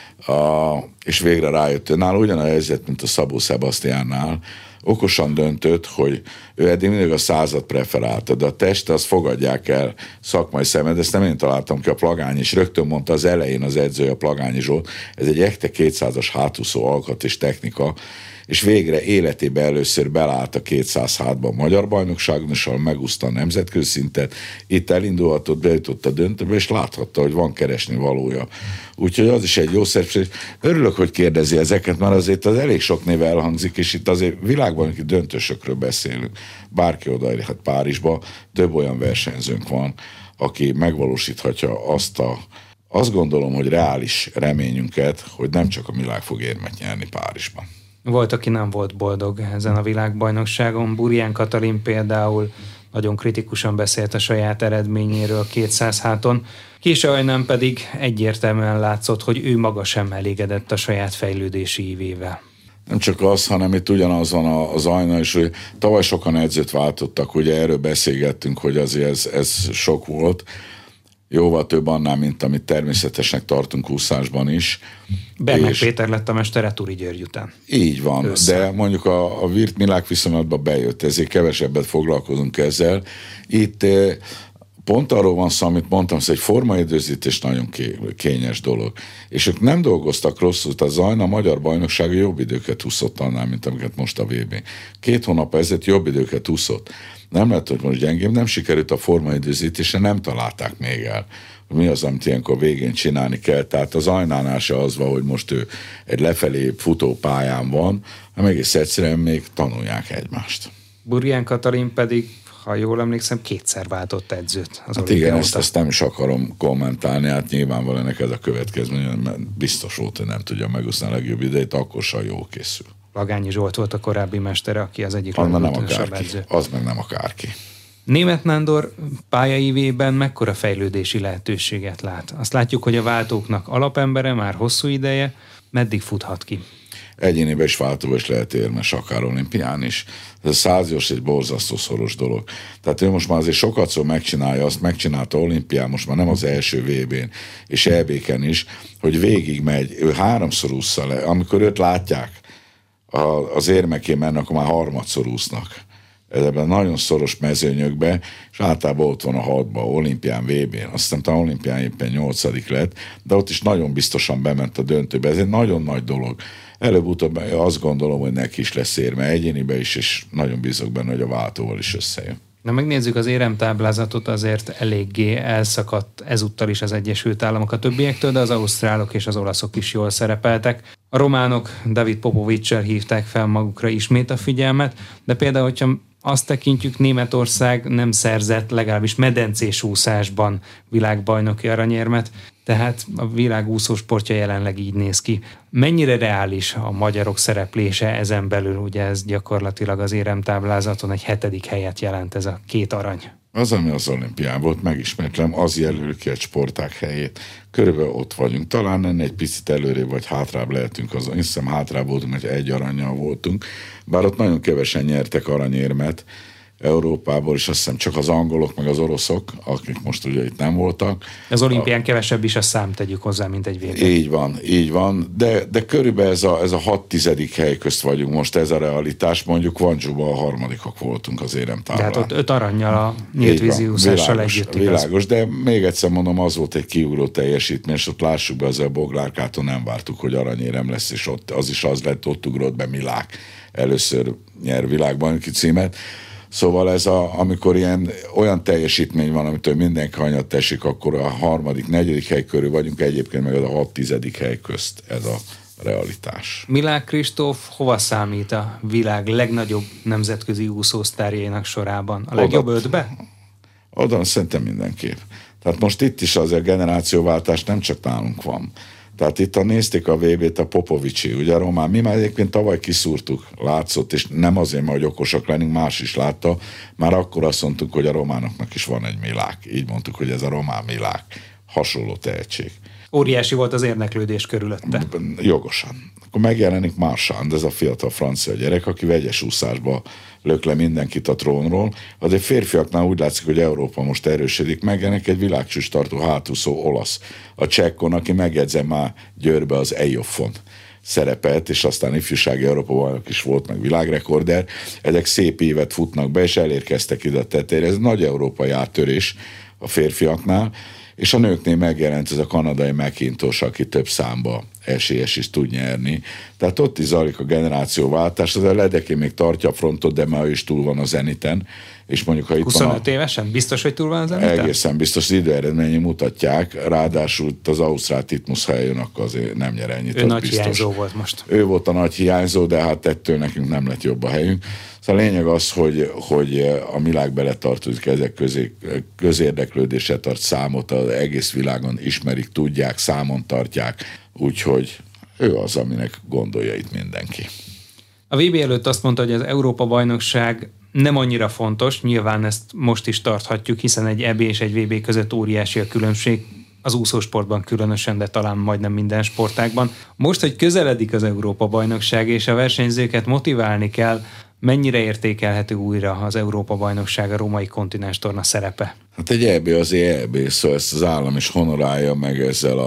És végre rájött, nála ugyan a helyzet, mint a Szabó Sebastiánnál, okosan döntött, hogy ő eddig mindig a 100-at preferálta, de a teste azt fogadják el szakmai szemben, ezt nem én találtam ki, a Plagányi, és rögtön mondta az elején az edzője, a Plagányi Zsolt, ez egy ekte 200-as hátúszó alkat és technika, és végre életében először belállt a 200 hátban a magyar bajnokságon, és ahol megúszta a nemzetközi szintet, itt elindulhatott, bejutott a döntőbe, és láthatta, hogy van keresni valója. Úgyhogy az is egy jó szerződés. Örülök, hogy kérdezi ezeket, mert azért az elég sok név elhangzik, és itt azért világbajnoki döntősökről beszélünk. Bárki odaérhet Párizsba, több olyan versenyzőnk van, aki megvalósíthatja azt gondolom, hogy reális reményünket, hogy nem csak a világ fog érmet nyerni Párizsban. Volt, aki nem volt boldog ezen a világbajnokságon. Burján Katalin például nagyon kritikusan beszélt a saját eredményéről 200 háton. Később pedig egyértelműen látszott, hogy ő maga sem elégedett a saját fejlődési ívével. Nem csak az, hanem itt ugyanaz van az Ajna is, hogy tavaly sokan edzőt váltottak, ugye erről beszélgettünk, hogy azért ez sok volt. Jóval több annál, mint amit természetesnek tartunk úszásban is. Bernek Péter lett a mestere Turi György után. Így van, de mondjuk a Virt Milák viszonylatba bejött, ezért kevesebbet foglalkozunk ezzel. Itt pont arról van szó, amit mondtam, hogy egy formaidőzítés nagyon kényes dolog. És ők nem dolgoztak rosszul, a Zajna a magyar bajnoksága jobb időket úszott annál, mint amiket most a VB. 2 hónap ezelőtt jobb időket úszott. Nem lehet, hogy most gyengébb, nem sikerült a formaidőzítése, nem találták még el, hogy mi az, amit ilyenkor végén csinálni kell. Tehát az Ajnánál se az van, hogy most ő egy lefelé futópályán van, hanem egész egyszerűen még tanulják egymást. Burján Katalin pedig, ha jól emlékszem, 2-szer váltott edzőt az hát igen, ezt nem is akarom kommentálni, hát nyilvánvalóan neked a következmény, mert biztos volt, hogy nem tudja megúszni a legjobb idejét, akkor sem jól készül. Plagányi Zsolt volt a korábbi mestere, aki az egyik legutolsóbb edző. Az meg nem akárki. Németh Nándor pályaívében mekkora fejlődési lehetőséget lát? Azt látjuk, hogy a váltóknak alapembere már hosszú ideje, meddig futhat ki? Egyéniben is váltóba is lehet érmes, akár olimpián is. Ez a 100 egy borzasztó szoros dolog. Tehát ő most már azért sokat megcsinálja, azt megcsinálta olimpián, most már nem az első VB-n, és EB-ken is, hogy végig megy, ő 3-szor ússza le. Amikor őt látják, az érmekén mennek, akkor már 3-szor úsznak. Ebben nagyon szoros mezőnyökbe, és általában ott van a 6-ban, olimpián, VB-n. Azt hiszem, talán olimpián éppen 8. lett, de ott is nagyon biztosan bement a döntőbe. Ez egy nagyon nagy dolog. Előbb-utóbb azt gondolom, hogy neki is lesz érme egyénibe is, és nagyon bízok benne, hogy a váltóval is összejön. Na megnézzük az éremtáblázatot, azért eléggé elszakadt ezúttal is az Egyesült Államok a többiektől, de az ausztrálok és az olaszok is jól szerepeltek. A románok David Popovic-sel hívták fel magukra ismét a figyelmet, de például, hogyha azt tekintjük, Németország nem szerzett legalábbis medencés úszásban világbajnoki aranyérmet, tehát a világ úszósportja jelenleg így néz ki. Mennyire reális a magyarok szereplése ezen belül? Ugye ez gyakorlatilag az éremtáblázaton egy 7. helyet jelent, ez a 2 arany. Az, ami az olimpián volt, megismétlem, az jelöl ki egy sportág helyét. Körülbelül ott vagyunk. Talán ennél egy picit előrébb vagy hátrább lehetünk. Én hiszem hátrább voltunk, hogy 1 arannyal voltunk. Bár ott nagyon kevesen nyertek aranyérmet, Európából, és azt hiszem csak az angolok, meg az oroszok, akik most ugye itt nem voltak. Az olimpián kevesebb is a szám, tegyük hozzá, mint egy VB. Így van, de körülbelül ez a 6. hely közt vagyunk most, ez a realitás, mondjuk Guangzhouban a harmadikok voltunk az éremtáblán. Tehát ott 5 arannyal a nyílt vízi úszással együtt. Világos, de még egyszer mondom, az volt egy kiugró teljesítmény, és ott lássuk be, az a Boglárkától nem vártuk, hogy aranyérem lesz, és ott az is az lett, ott ugrott be Milák. Először nyer világbajnoki címet. Szóval amikor olyan teljesítmény van, amitől mindenki hanyat esik, akkor a 3., 4. hely körül vagyunk, egyébként meg az a 6. hely közt ez a realitás. Milák Kristóf hova számít a világ legnagyobb nemzetközi úszósztárjainak sorában? A legjobb 5-be? Oda szerintem mindenképp. Tehát most itt is az a generációváltás nem csak nálunk van. Tehát itt nézték a VB-t a Popovicsi, ugye a román, mi már egyébként tavaly kiszúrtuk, látszott, és nem azért, mert hogy okosak lennénk, más is látta, már akkor azt mondtuk, hogy a románoknak is van egy Milák. Így mondtuk, hogy ez a román Milák. Hasonló tehetség. Óriási volt az érdeklődés körülötte. Jogosan. Akkor megjelenik Marchand, ez a fiatal francia gyerek, aki vegyes úszásba lök le mindenkit a trónról. Azért férfiaknál úgy látszik, hogy Európa most erősödik. Megjelenik egy világcsúcstartó hátúszó olasz. A Csekkon, aki megjegyzem már Győrbe az EIOF-on szerepelt, és aztán ifjúsági Európa-bajnok is volt, meg világrekorder. Ezek szép évet futnak be, és elérkeztek ide a tetejére. Ez nagy európai áttörés a férfiaknál, és a nőknél megjelent ez a kanadai McIntosh, aki több számba esélyes is tud nyerni. Tehát ott is zajlik a generációváltás, az a Ledeké még tartja a frontot, de már ő is túl van a Zeniten. És mondjuk, ha itt 25 évesen? Biztos, hogy túl van a Zeniten? Egészen biztos, az időeredményi mutatják, ráadásul az ausztrál Titmus helyen, akkor azért nem nyer ennyit. Ő nagy hiányzó volt most. Ő volt a nagy hiányzó, de hát ettől nekünk nem lett jobb a helyünk. Szóval a lényeg az, hogy a világ beletartozik ezek közé, közérdeklődésre tart számot, az egész világon ismerik, tudják, számon tartják, úgyhogy ő az, aminek gondolja itt mindenki. A VB előtt azt mondta, hogy az Európa-bajnokság nem annyira fontos, nyilván ezt most is tarthatjuk, hiszen egy EB és egy VB között óriási a különbség, az úszósportban különösen, de talán majdnem minden sportágban. Most, hogy közeledik az Európa-bajnokság és a versenyzőket motiválni kell, mennyire értékelhető újra az Európa-bajnokság, a római kontinenstorna szerepe? Hát egy EB az EB, szóval ezt az állam is honorálja meg ezzel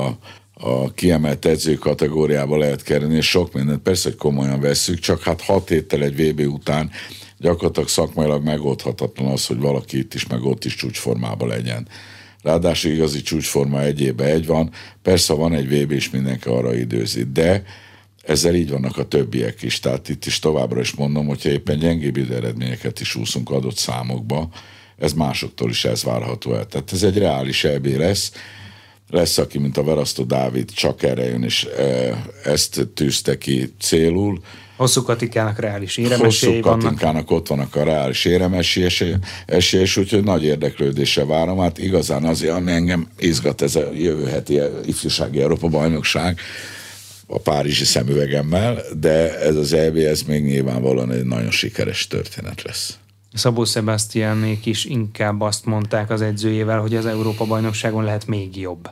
a kiemelt edző kategóriába lehet kerülni, és sok mindent persze, hogy komolyan vesszük, csak hát 6 héttel egy VB után gyakorlatilag szakmailag megoldhatatlan az, hogy valaki itt is, meg ott is csúcsformában legyen. Ráadásul igazi csúcsforma egyébe egy van, persze van egy VB is, mindenki arra időzi, de ezzel így vannak a többiek is, tehát itt is továbbra is mondom, hogyha éppen gyengébb időeredményeket is úszunk adott számokba, ez másoktól is ez várható el. Tehát ez egy reális EB lesz, aki, mint a Verasztó Dávid, csak erre jön, és ezt tűzte ki célul. Hosszú Katikának reális éremesélyei vannak. Hosszú Katikának ott vannak a reális éremesélyei, és úgyhogy nagy érdeklődéssel várom. Hát igazán azért, ami engem izgat, ez a jövő heti ifjúsági Európa-bajnokság a párizsi szemüvegemmel, de ez az EB, ez még nyilvánvalóan egy nagyon sikeres történet lesz. Szabó Sebastianék is inkább azt mondták az edzőjével, hogy az Európa-bajnokságon lehet még jobb.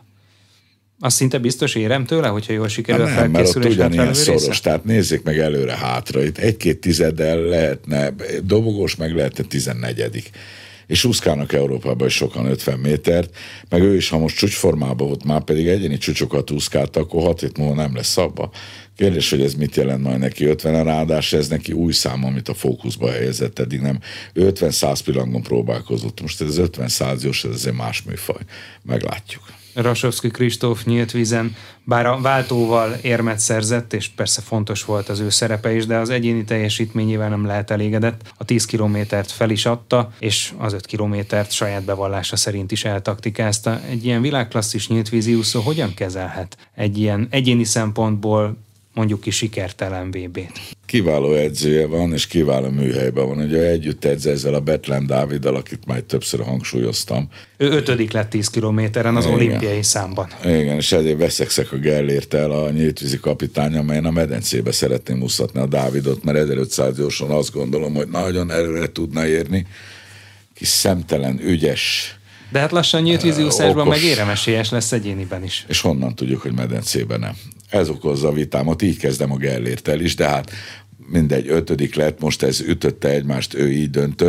Az szinte biztos érem tőle, hogyha jól sikerül a felkészülés. Mert ott ugyanilyen szoros, tehát nézzék meg előre-hátra. Itt 1-2 tizeddel lehetne, dobogós meg lehetne 14. És úszkálnak Európában is sokan 50 métert, meg ő is, ha most csúcsformában volt, már pedig egyéni csúcsokat úszkálta, akkor 6 hét múlva nem lesz abba. Kérdés, hogy ez mit jelent majd neki 50-en, ráadásul ez neki új szám, amit a fókuszba helyezett, eddig nem. Ő 50-100 pillangon próbálkozott. Most ez 50-100-os, ez azért más műfaj. Meglátjuk. Rasovszky Kristóf nyílt vízen, bár a váltóval érmet szerzett, és persze fontos volt az ő szerepe is, de az egyéni teljesítményével nem lehet elégedett. A 10 kilométert fel is adta, és az 5 kilométert saját bevallása szerint is eltaktikázta. Egy ilyen világklasszis nyíltvízi úszó hogyan kezelhet egy ilyen egyéni szempontból mondjuk ki sikertelen VB-t? Kiváló edzője van, és kiváló műhelyben van. Ugye együtt edz ezzel a Betlen Dáviddal, akit már többször hangsúlyoztam. Ő 5. lett 10 kilométeren az olimpiai számban. Igen, és ezért veszekszek a Gellérttel, a nyíltvízi kapitány, amelyen a medencébe szeretném úszatni a Dávidot, mert 1500 gyorsan azt gondolom, hogy nagyon előre tudna érni. Kis szemtelen, ügyes, de hát lassan nyíltvízi úszásban meg éremesélyes lesz egyéniben is. És honnan tudjuk, hogy medencében nem? Ez okozza a vitámat, így kezdem a Gellérttel is, de hát mindegy, 5. lett, most ez ütötte egymást, ő így döntött,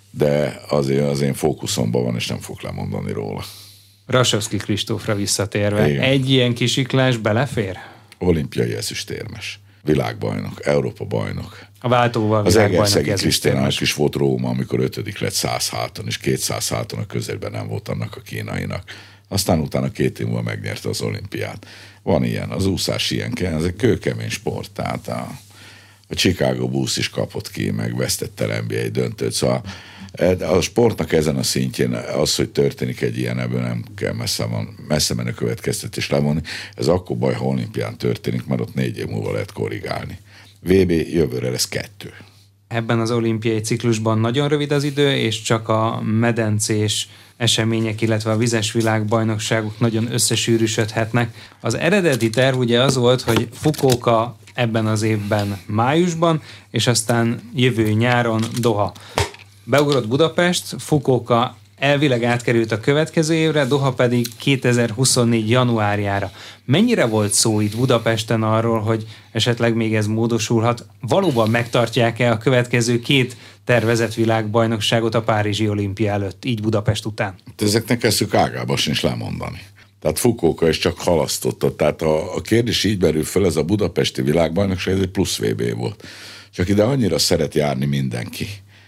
de azért az én fókuszomban van, és nem fogok lemondani róla. Rasovszky Kristófra visszatérve, igen. Egy ilyen kisiklás belefér? Olimpiai ezüstérmes, világbajnok, Európa bajnok. A váltóval az világbajnok Egerszegi ezüstérmes. Krisztiának is volt Róma, amikor 5. lett 100 háton, és 200 háton a közelben nem volt annak a kínainak. Aztán utána 2 év múlva megnyerte az olimpiát. Van ilyen, az úszás ilyen, ez egy kőkemény sport, tehát a Chicago Bulls is kapott ki, meg vesztett el NBA döntőt, szóval a sportnak ezen a szintjén az, hogy történik egy ilyen, ebből nem kell messze menő következtetés levonni. Ez akkor baj, ha olimpián történik, mert ott 4 év múlva lehet korrigálni. VB jövőre lesz 2. Ebben az olimpiai ciklusban nagyon rövid az idő, és csak a medencés események, illetve a vizes világbajnokságok nagyon összesűrűsödhetnek. Az eredeti terv ugye az volt, hogy Fukuoka ebben az évben májusban, és aztán jövő nyáron Doha. Beugrott Budapest, Fukuoka elvileg átkerült a következő évre, Doha pedig 2024 januárjára. Mennyire volt szó itt Budapesten arról, hogy esetleg még ez módosulhat? Valóban megtartják-e a következő 2 tervezett világbajnokságot a Párizsi olimpia előtt, így Budapest után? Ezeknek eszük ágába sincs lemondani. Tehát Fukuoka is csak halasztotta. Tehát a kérdés így merül föl, ez a budapesti világbajnokság, ez egy plusz VB volt. Csak ide annyira szeret járni mindenki.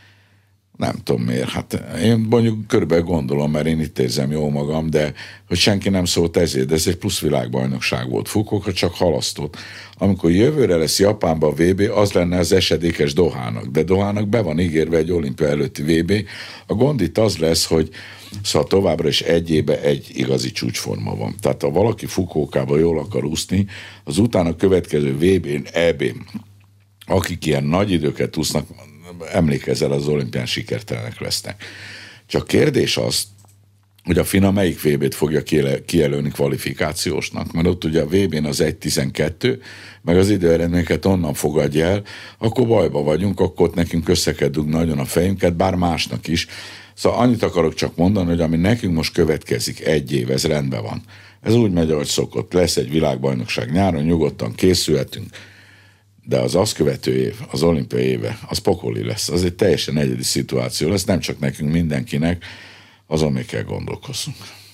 Nem tudom miért. Hát én mondjuk körülbelül gondolom, mert én itt érzem jó magam, de hogy senki nem szólt ezért, de ez egy plusz világbajnokság volt. Fukuoka csak halasztott. Amikor jövőre lesz Japánban a VB, az lenne az esedékes Dohának, de Dohának be van ígérve egy olimpia előtti VB. A gond itt az lesz, hogy szóval továbbra is egy évben egy igazi csúcsforma van. Tehát ha valaki Fukuokában jól akar úszni, az utána következő VB-n, EB-n, akik ilyen nagy időket úsznak, emlékezzel, az olimpián sikertelenek lesznek. Csak kérdés az, hogy a FINA melyik VB-t fogja kijelölni kvalifikációsnak, mert ott ugye a VB-n az 1.12, meg az időeredményeket onnan fogadja el, akkor bajba vagyunk, akkor ott nekünk össze kell dugni nagyon a fejünket, bár másnak is. Szóval annyit akarok csak mondani, hogy ami nekünk most következik 1 év, ez rendben van. Ez úgy megy, ahogy szokott. Lesz egy világbajnokság nyáron, nyugodtan készülhetünk, de az azt követő év, az olimpiai éve, az pokoli lesz. Az egy teljesen egyedi szituáció lesz, nem csak nekünk, mindenkinek, azon még kell gondolkozzunk.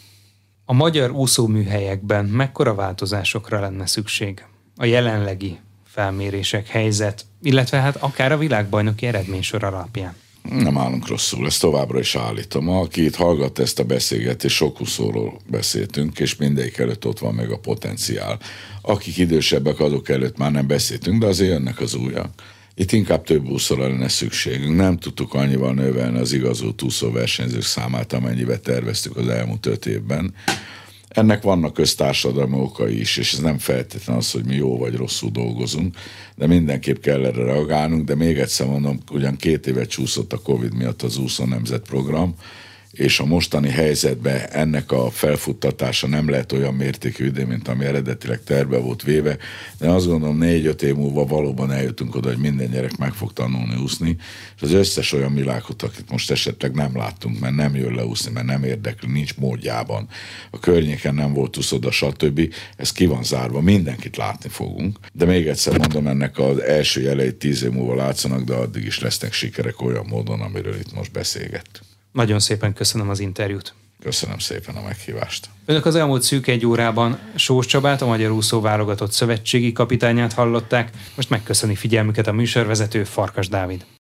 A magyar úszóműhelyekben mekkora változásokra lenne szükség? A jelenlegi felmérések, helyzet, illetve hát akár a világbajnoki eredménysor alapján. Nem állunk rosszul, ezt továbbra is állítom. Aki itt hallgatta ezt a beszélgetést, sok úszóról beszéltünk, és mindegyik előtt ott van meg a potenciál. Akik idősebbek, azok előtt már nem beszéltünk, de azért jönnek az újak. Itt inkább több úszóra lenne szükségünk. Nem tudtuk annyival növelni az igazolt úszóversenyzők számát, amennyivel terveztük az elmúlt 5 évben. Ennek vannak köztársadalmi okai is, és ez nem feltétlenül az, hogy mi jó vagy rosszul dolgozunk, de mindenképp kell erre reagálnunk, de még egyszer mondom, ugyan 2 évet csúszott a Covid miatt az úszó nemzetprogram, és a mostani helyzetben ennek a felfuttatása nem lehet olyan mértékű idő, mint ami eredetileg terve volt véve, de azt gondolom 4-5 év múlva valóban eljutunk oda, hogy minden gyerek meg fog tanulni úszni, és az összes olyan világot, akit most esetleg nem láttunk, mert nem jön leúszni, mert nem érdekli, nincs módjában, a környéken nem volt úszoda, stb. Ez ki van zárva, mindenkit látni fogunk, de még egyszer mondom, ennek az első jeleit 10 év múlva látszanak, de addig is lesznek sikerek olyan módon, amiről itt most beszélgettünk. Nagyon szépen köszönöm az interjút. Köszönöm szépen a meghívást. Önök az elmúlt szűk 1 órában Sós Csabát, a Magyar Úszó Válogatott szövetségi kapitányát hallották. Most megköszöni figyelmüket a műsorvezető, Farkas Dávid.